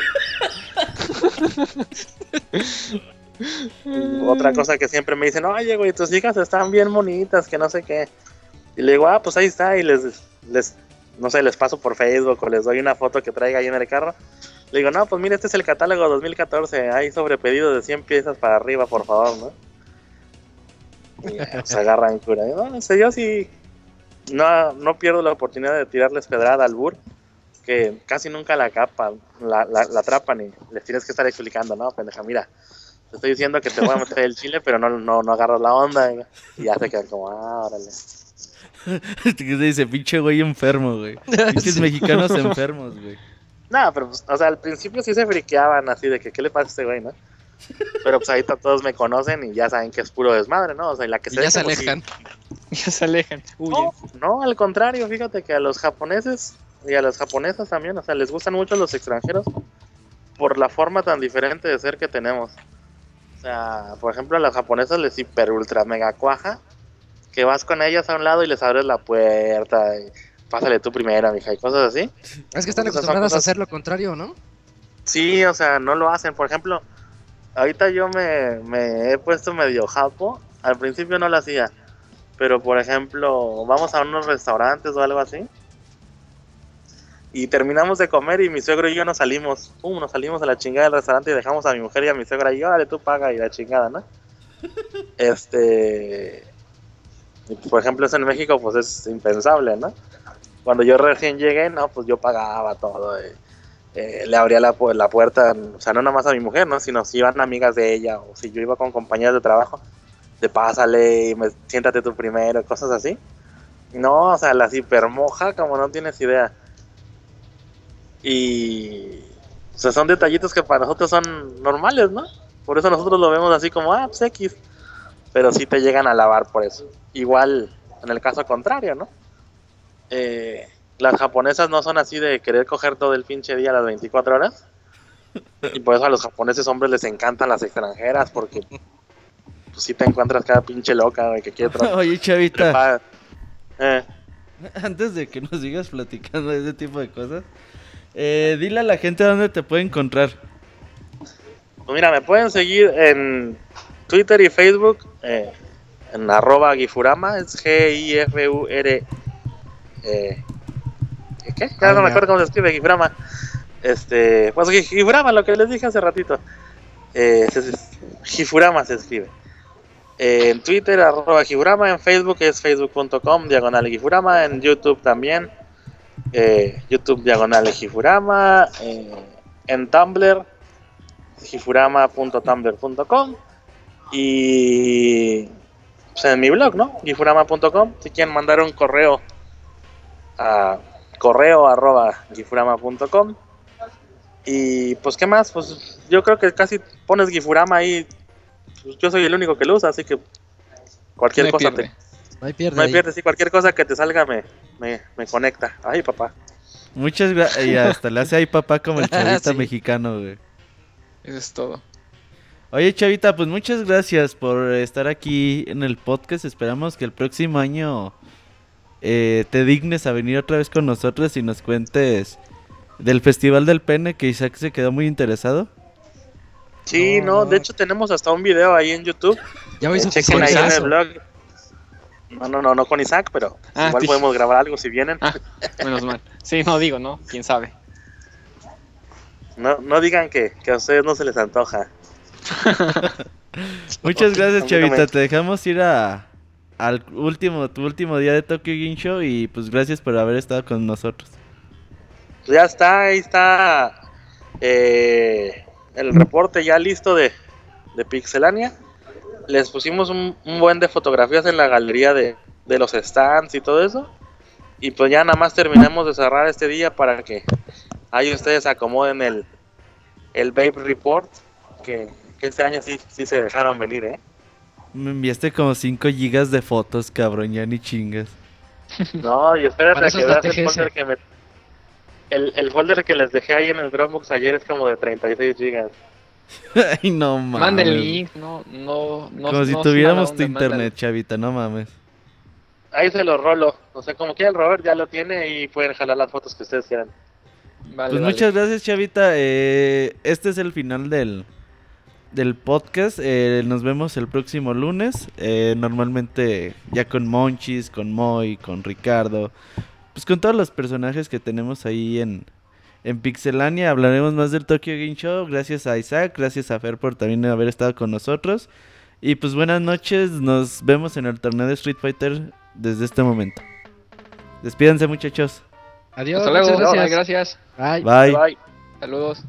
[SPEAKER 5] Otra cosa que siempre me dicen, oye, güey, tus hijas están bien bonitas, que no sé qué. Y le digo, ah, pues ahí está, y les, les, no sé, les paso por Facebook o les doy una foto que traiga ahí en el carro. Le digo, no, pues mira, este es el catálogo dos mil catorce, hay sobrepedido de cien piezas para arriba, por favor, ¿no? Y ya, se agarran cura. No, no sé, yo sí no, no pierdo la oportunidad de tirarles pedrada al bur, que casi nunca la capan, la, la, la atrapan y les tienes que estar explicando, no, pendeja, mira, te estoy diciendo que te voy a meter el chile, pero no, no, no agarras la onda, y ya se quedan como, ah, órale.
[SPEAKER 1] Que se dice, pinche güey enfermo, güey. Pinches
[SPEAKER 4] Sí.
[SPEAKER 1] mexicanos enfermos, güey.
[SPEAKER 5] No, pero pues, o sea, al principio sí se friqueaban así de que, ¿qué le pasa a este güey, no? Pero pues ahorita todos me conocen y ya saben que es puro desmadre, ¿no? O sea, y la que
[SPEAKER 4] Y
[SPEAKER 5] se
[SPEAKER 4] ya se
[SPEAKER 5] deje, pues, sí.
[SPEAKER 4] alejan.
[SPEAKER 6] Ya se alejan. Huyen.
[SPEAKER 5] No, no, al contrario, fíjate que a los japoneses y a las japonesas también, o sea, les gustan mucho los extranjeros por la forma tan diferente de ser que tenemos. O sea, por ejemplo, a las japonesas les hiper ultra mega cuaja que vas con ellas a un lado y les abres la puerta y pásale tú primero, mija, y cosas así.
[SPEAKER 4] Es que están
[SPEAKER 5] Esas son
[SPEAKER 4] acostumbradas a
[SPEAKER 5] cosas-
[SPEAKER 4] hacer lo contrario, ¿no?
[SPEAKER 5] Sí, o sea, no lo hacen. Por ejemplo, ahorita yo me, me he puesto medio japo. Al principio no lo hacía. Pero, por ejemplo, vamos a unos restaurantes o algo así. Y terminamos de comer y mi suegro y yo nos salimos. Pum, nos salimos a la chingada del restaurante y dejamos a mi mujer y a mi suegra y órale, tú paga y la chingada, ¿no? Este... y, por ejemplo, eso en México pues es impensable, ¿no? Cuando yo recién llegué, no, pues yo pagaba todo. Y, eh, le abría la, pu- la puerta, o sea, no nada más a mi mujer, ¿no? Sino si iban amigas de ella o si yo iba con compañeras de trabajo, de pásale y me, siéntate tú primero, cosas así. No, o sea, las hipermoja como no tienes idea. Y, o sea, son detallitos que para nosotros son normales, ¿no? Por eso nosotros lo vemos así como, ah, pues X. Pero sí te llegan a lavar por eso. Igual en el caso contrario, ¿no? Eh, las japonesas no son así de querer coger todo el pinche día a las veinticuatro horas. Y por eso a los japoneses hombres les encantan las extranjeras, porque pues sí te encuentras cada pinche loca, güey, que quiere tra-
[SPEAKER 1] Oye, Chavita,
[SPEAKER 5] trepar. Eh,
[SPEAKER 1] antes de que nos sigas platicando de ese tipo de cosas, eh, dile a la gente dónde te puede encontrar.
[SPEAKER 5] pues mira, me pueden seguir en Twitter y Facebook, eh, en arroba Gifurama, es G I F U R. Eh, ¿Qué? Ya
[SPEAKER 4] Ah,
[SPEAKER 5] no me
[SPEAKER 4] ya.
[SPEAKER 5] acuerdo cómo se escribe Gifurama. Este, pues Gi- Gifurama, lo que les dije hace ratito. Eh, se- se- Gifurama se escribe. Eh, en Twitter, arroba Gifurama, en Facebook es facebook.com, diagonal Gifurama, en YouTube también, eh, YouTube diagonal Gifurama, eh, en Tumblr, gifurama punto tumblr punto com y pues, en mi blog, ¿no? gifurama punto com, si quieren mandar un correo a correo arroba gifurama punto com. Y pues, ¿qué más? Pues yo creo que casi pones Gifurama ahí. Pues, yo soy el único que lo usa, así que cualquier
[SPEAKER 6] No hay
[SPEAKER 5] cosa
[SPEAKER 6] pierde.
[SPEAKER 5] te.
[SPEAKER 4] No hay pierde
[SPEAKER 5] No hay
[SPEAKER 4] ahí.
[SPEAKER 5] pierde, sí, cualquier cosa que te salga me, me, me conecta. Ay, papá.
[SPEAKER 1] Muchas gracias. Y hasta le hace ahí papá como el Chavita
[SPEAKER 4] Sí.
[SPEAKER 1] mexicano, güey.
[SPEAKER 6] Eso es todo.
[SPEAKER 1] Oye, Chavita, pues muchas gracias por estar aquí en el podcast. Esperamos que el próximo año eh, te dignes a venir otra vez con nosotros y nos cuentes del Festival del Pene, que Isaac se quedó muy interesado.
[SPEAKER 5] Sí,
[SPEAKER 4] No,
[SPEAKER 5] no,
[SPEAKER 4] no.
[SPEAKER 5] de hecho tenemos hasta un video ahí en YouTube.
[SPEAKER 4] Ya voy
[SPEAKER 5] Eh,
[SPEAKER 4] su
[SPEAKER 5] chequen ahí en el
[SPEAKER 4] fiscalizazo.
[SPEAKER 5] blog. No, no, no, no con Isaac, pero
[SPEAKER 6] Ah,
[SPEAKER 5] igual
[SPEAKER 6] sí.
[SPEAKER 5] podemos grabar algo si vienen.
[SPEAKER 6] Ah, menos mal. Sí, no digo, ¿no? ¿Quién sabe?
[SPEAKER 5] No, no digan que, que a ustedes no se les antoja.
[SPEAKER 1] Muchas gracias,
[SPEAKER 5] A mí no
[SPEAKER 1] Chavita.
[SPEAKER 5] me-
[SPEAKER 1] Te dejamos ir a al último, tu último día de Tokyo Game Show y pues gracias por haber estado con nosotros.
[SPEAKER 5] Pues ya está, ahí está eh, el reporte ya listo de, de Pixelania. Les pusimos un, un buen de fotografías en la galería de, de los stands y todo eso. Y pues ya nada más terminamos de cerrar este día para que ahí ustedes acomoden el, el Babe Report. Que, que este año sí, sí se dejaron venir, ¿eh?
[SPEAKER 1] Me enviaste como cinco gigas de fotos, cabrón, ya ni chingas.
[SPEAKER 5] No, y espérate
[SPEAKER 4] Para
[SPEAKER 5] a
[SPEAKER 4] eso
[SPEAKER 5] que
[SPEAKER 4] es la
[SPEAKER 5] veas el
[SPEAKER 4] T G S.
[SPEAKER 5] folder que me... El, el folder que les dejé ahí en el Dropbox ayer es como de treinta y seis gigas.
[SPEAKER 1] Ay, no mames.
[SPEAKER 6] Manda el link, no, no, no.
[SPEAKER 1] Como si
[SPEAKER 6] no es
[SPEAKER 1] tuviéramos
[SPEAKER 6] mala
[SPEAKER 1] tu
[SPEAKER 6] onda,
[SPEAKER 1] internet,
[SPEAKER 6] mándalo.
[SPEAKER 1] Chavita, no mames.
[SPEAKER 5] Ahí se lo rolo. O sea, como quiera el Robert ya lo tiene y pueden jalar las fotos que ustedes quieran.
[SPEAKER 6] Vale,
[SPEAKER 1] Pues
[SPEAKER 6] vale.
[SPEAKER 1] muchas gracias, Chavita. Eh, este es el final del, del podcast. Eh, nos vemos el próximo lunes. Eh, normalmente ya con Monchis, con Moy, con Ricardo. Pues con todos los personajes que tenemos ahí en, en Pixelania. Hablaremos más del Tokyo Game Show. Gracias a Isaac, gracias a Fer por también haber estado con nosotros. Y pues buenas noches. Nos vemos en el torneo de Street Fighter desde este momento. Despídense, muchachos.
[SPEAKER 4] Adiós,
[SPEAKER 6] Hasta luego.
[SPEAKER 4] muchas
[SPEAKER 6] Bye,
[SPEAKER 4] gracias.
[SPEAKER 6] gracias.
[SPEAKER 4] Bye.
[SPEAKER 1] Bye.
[SPEAKER 5] Bye.
[SPEAKER 6] Saludos.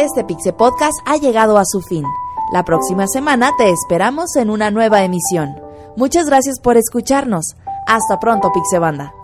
[SPEAKER 2] este Pixel Podcast ha llegado a su fin. La próxima semana te esperamos en una nueva emisión. Muchas gracias por escucharnos. Hasta pronto, Pixebanda.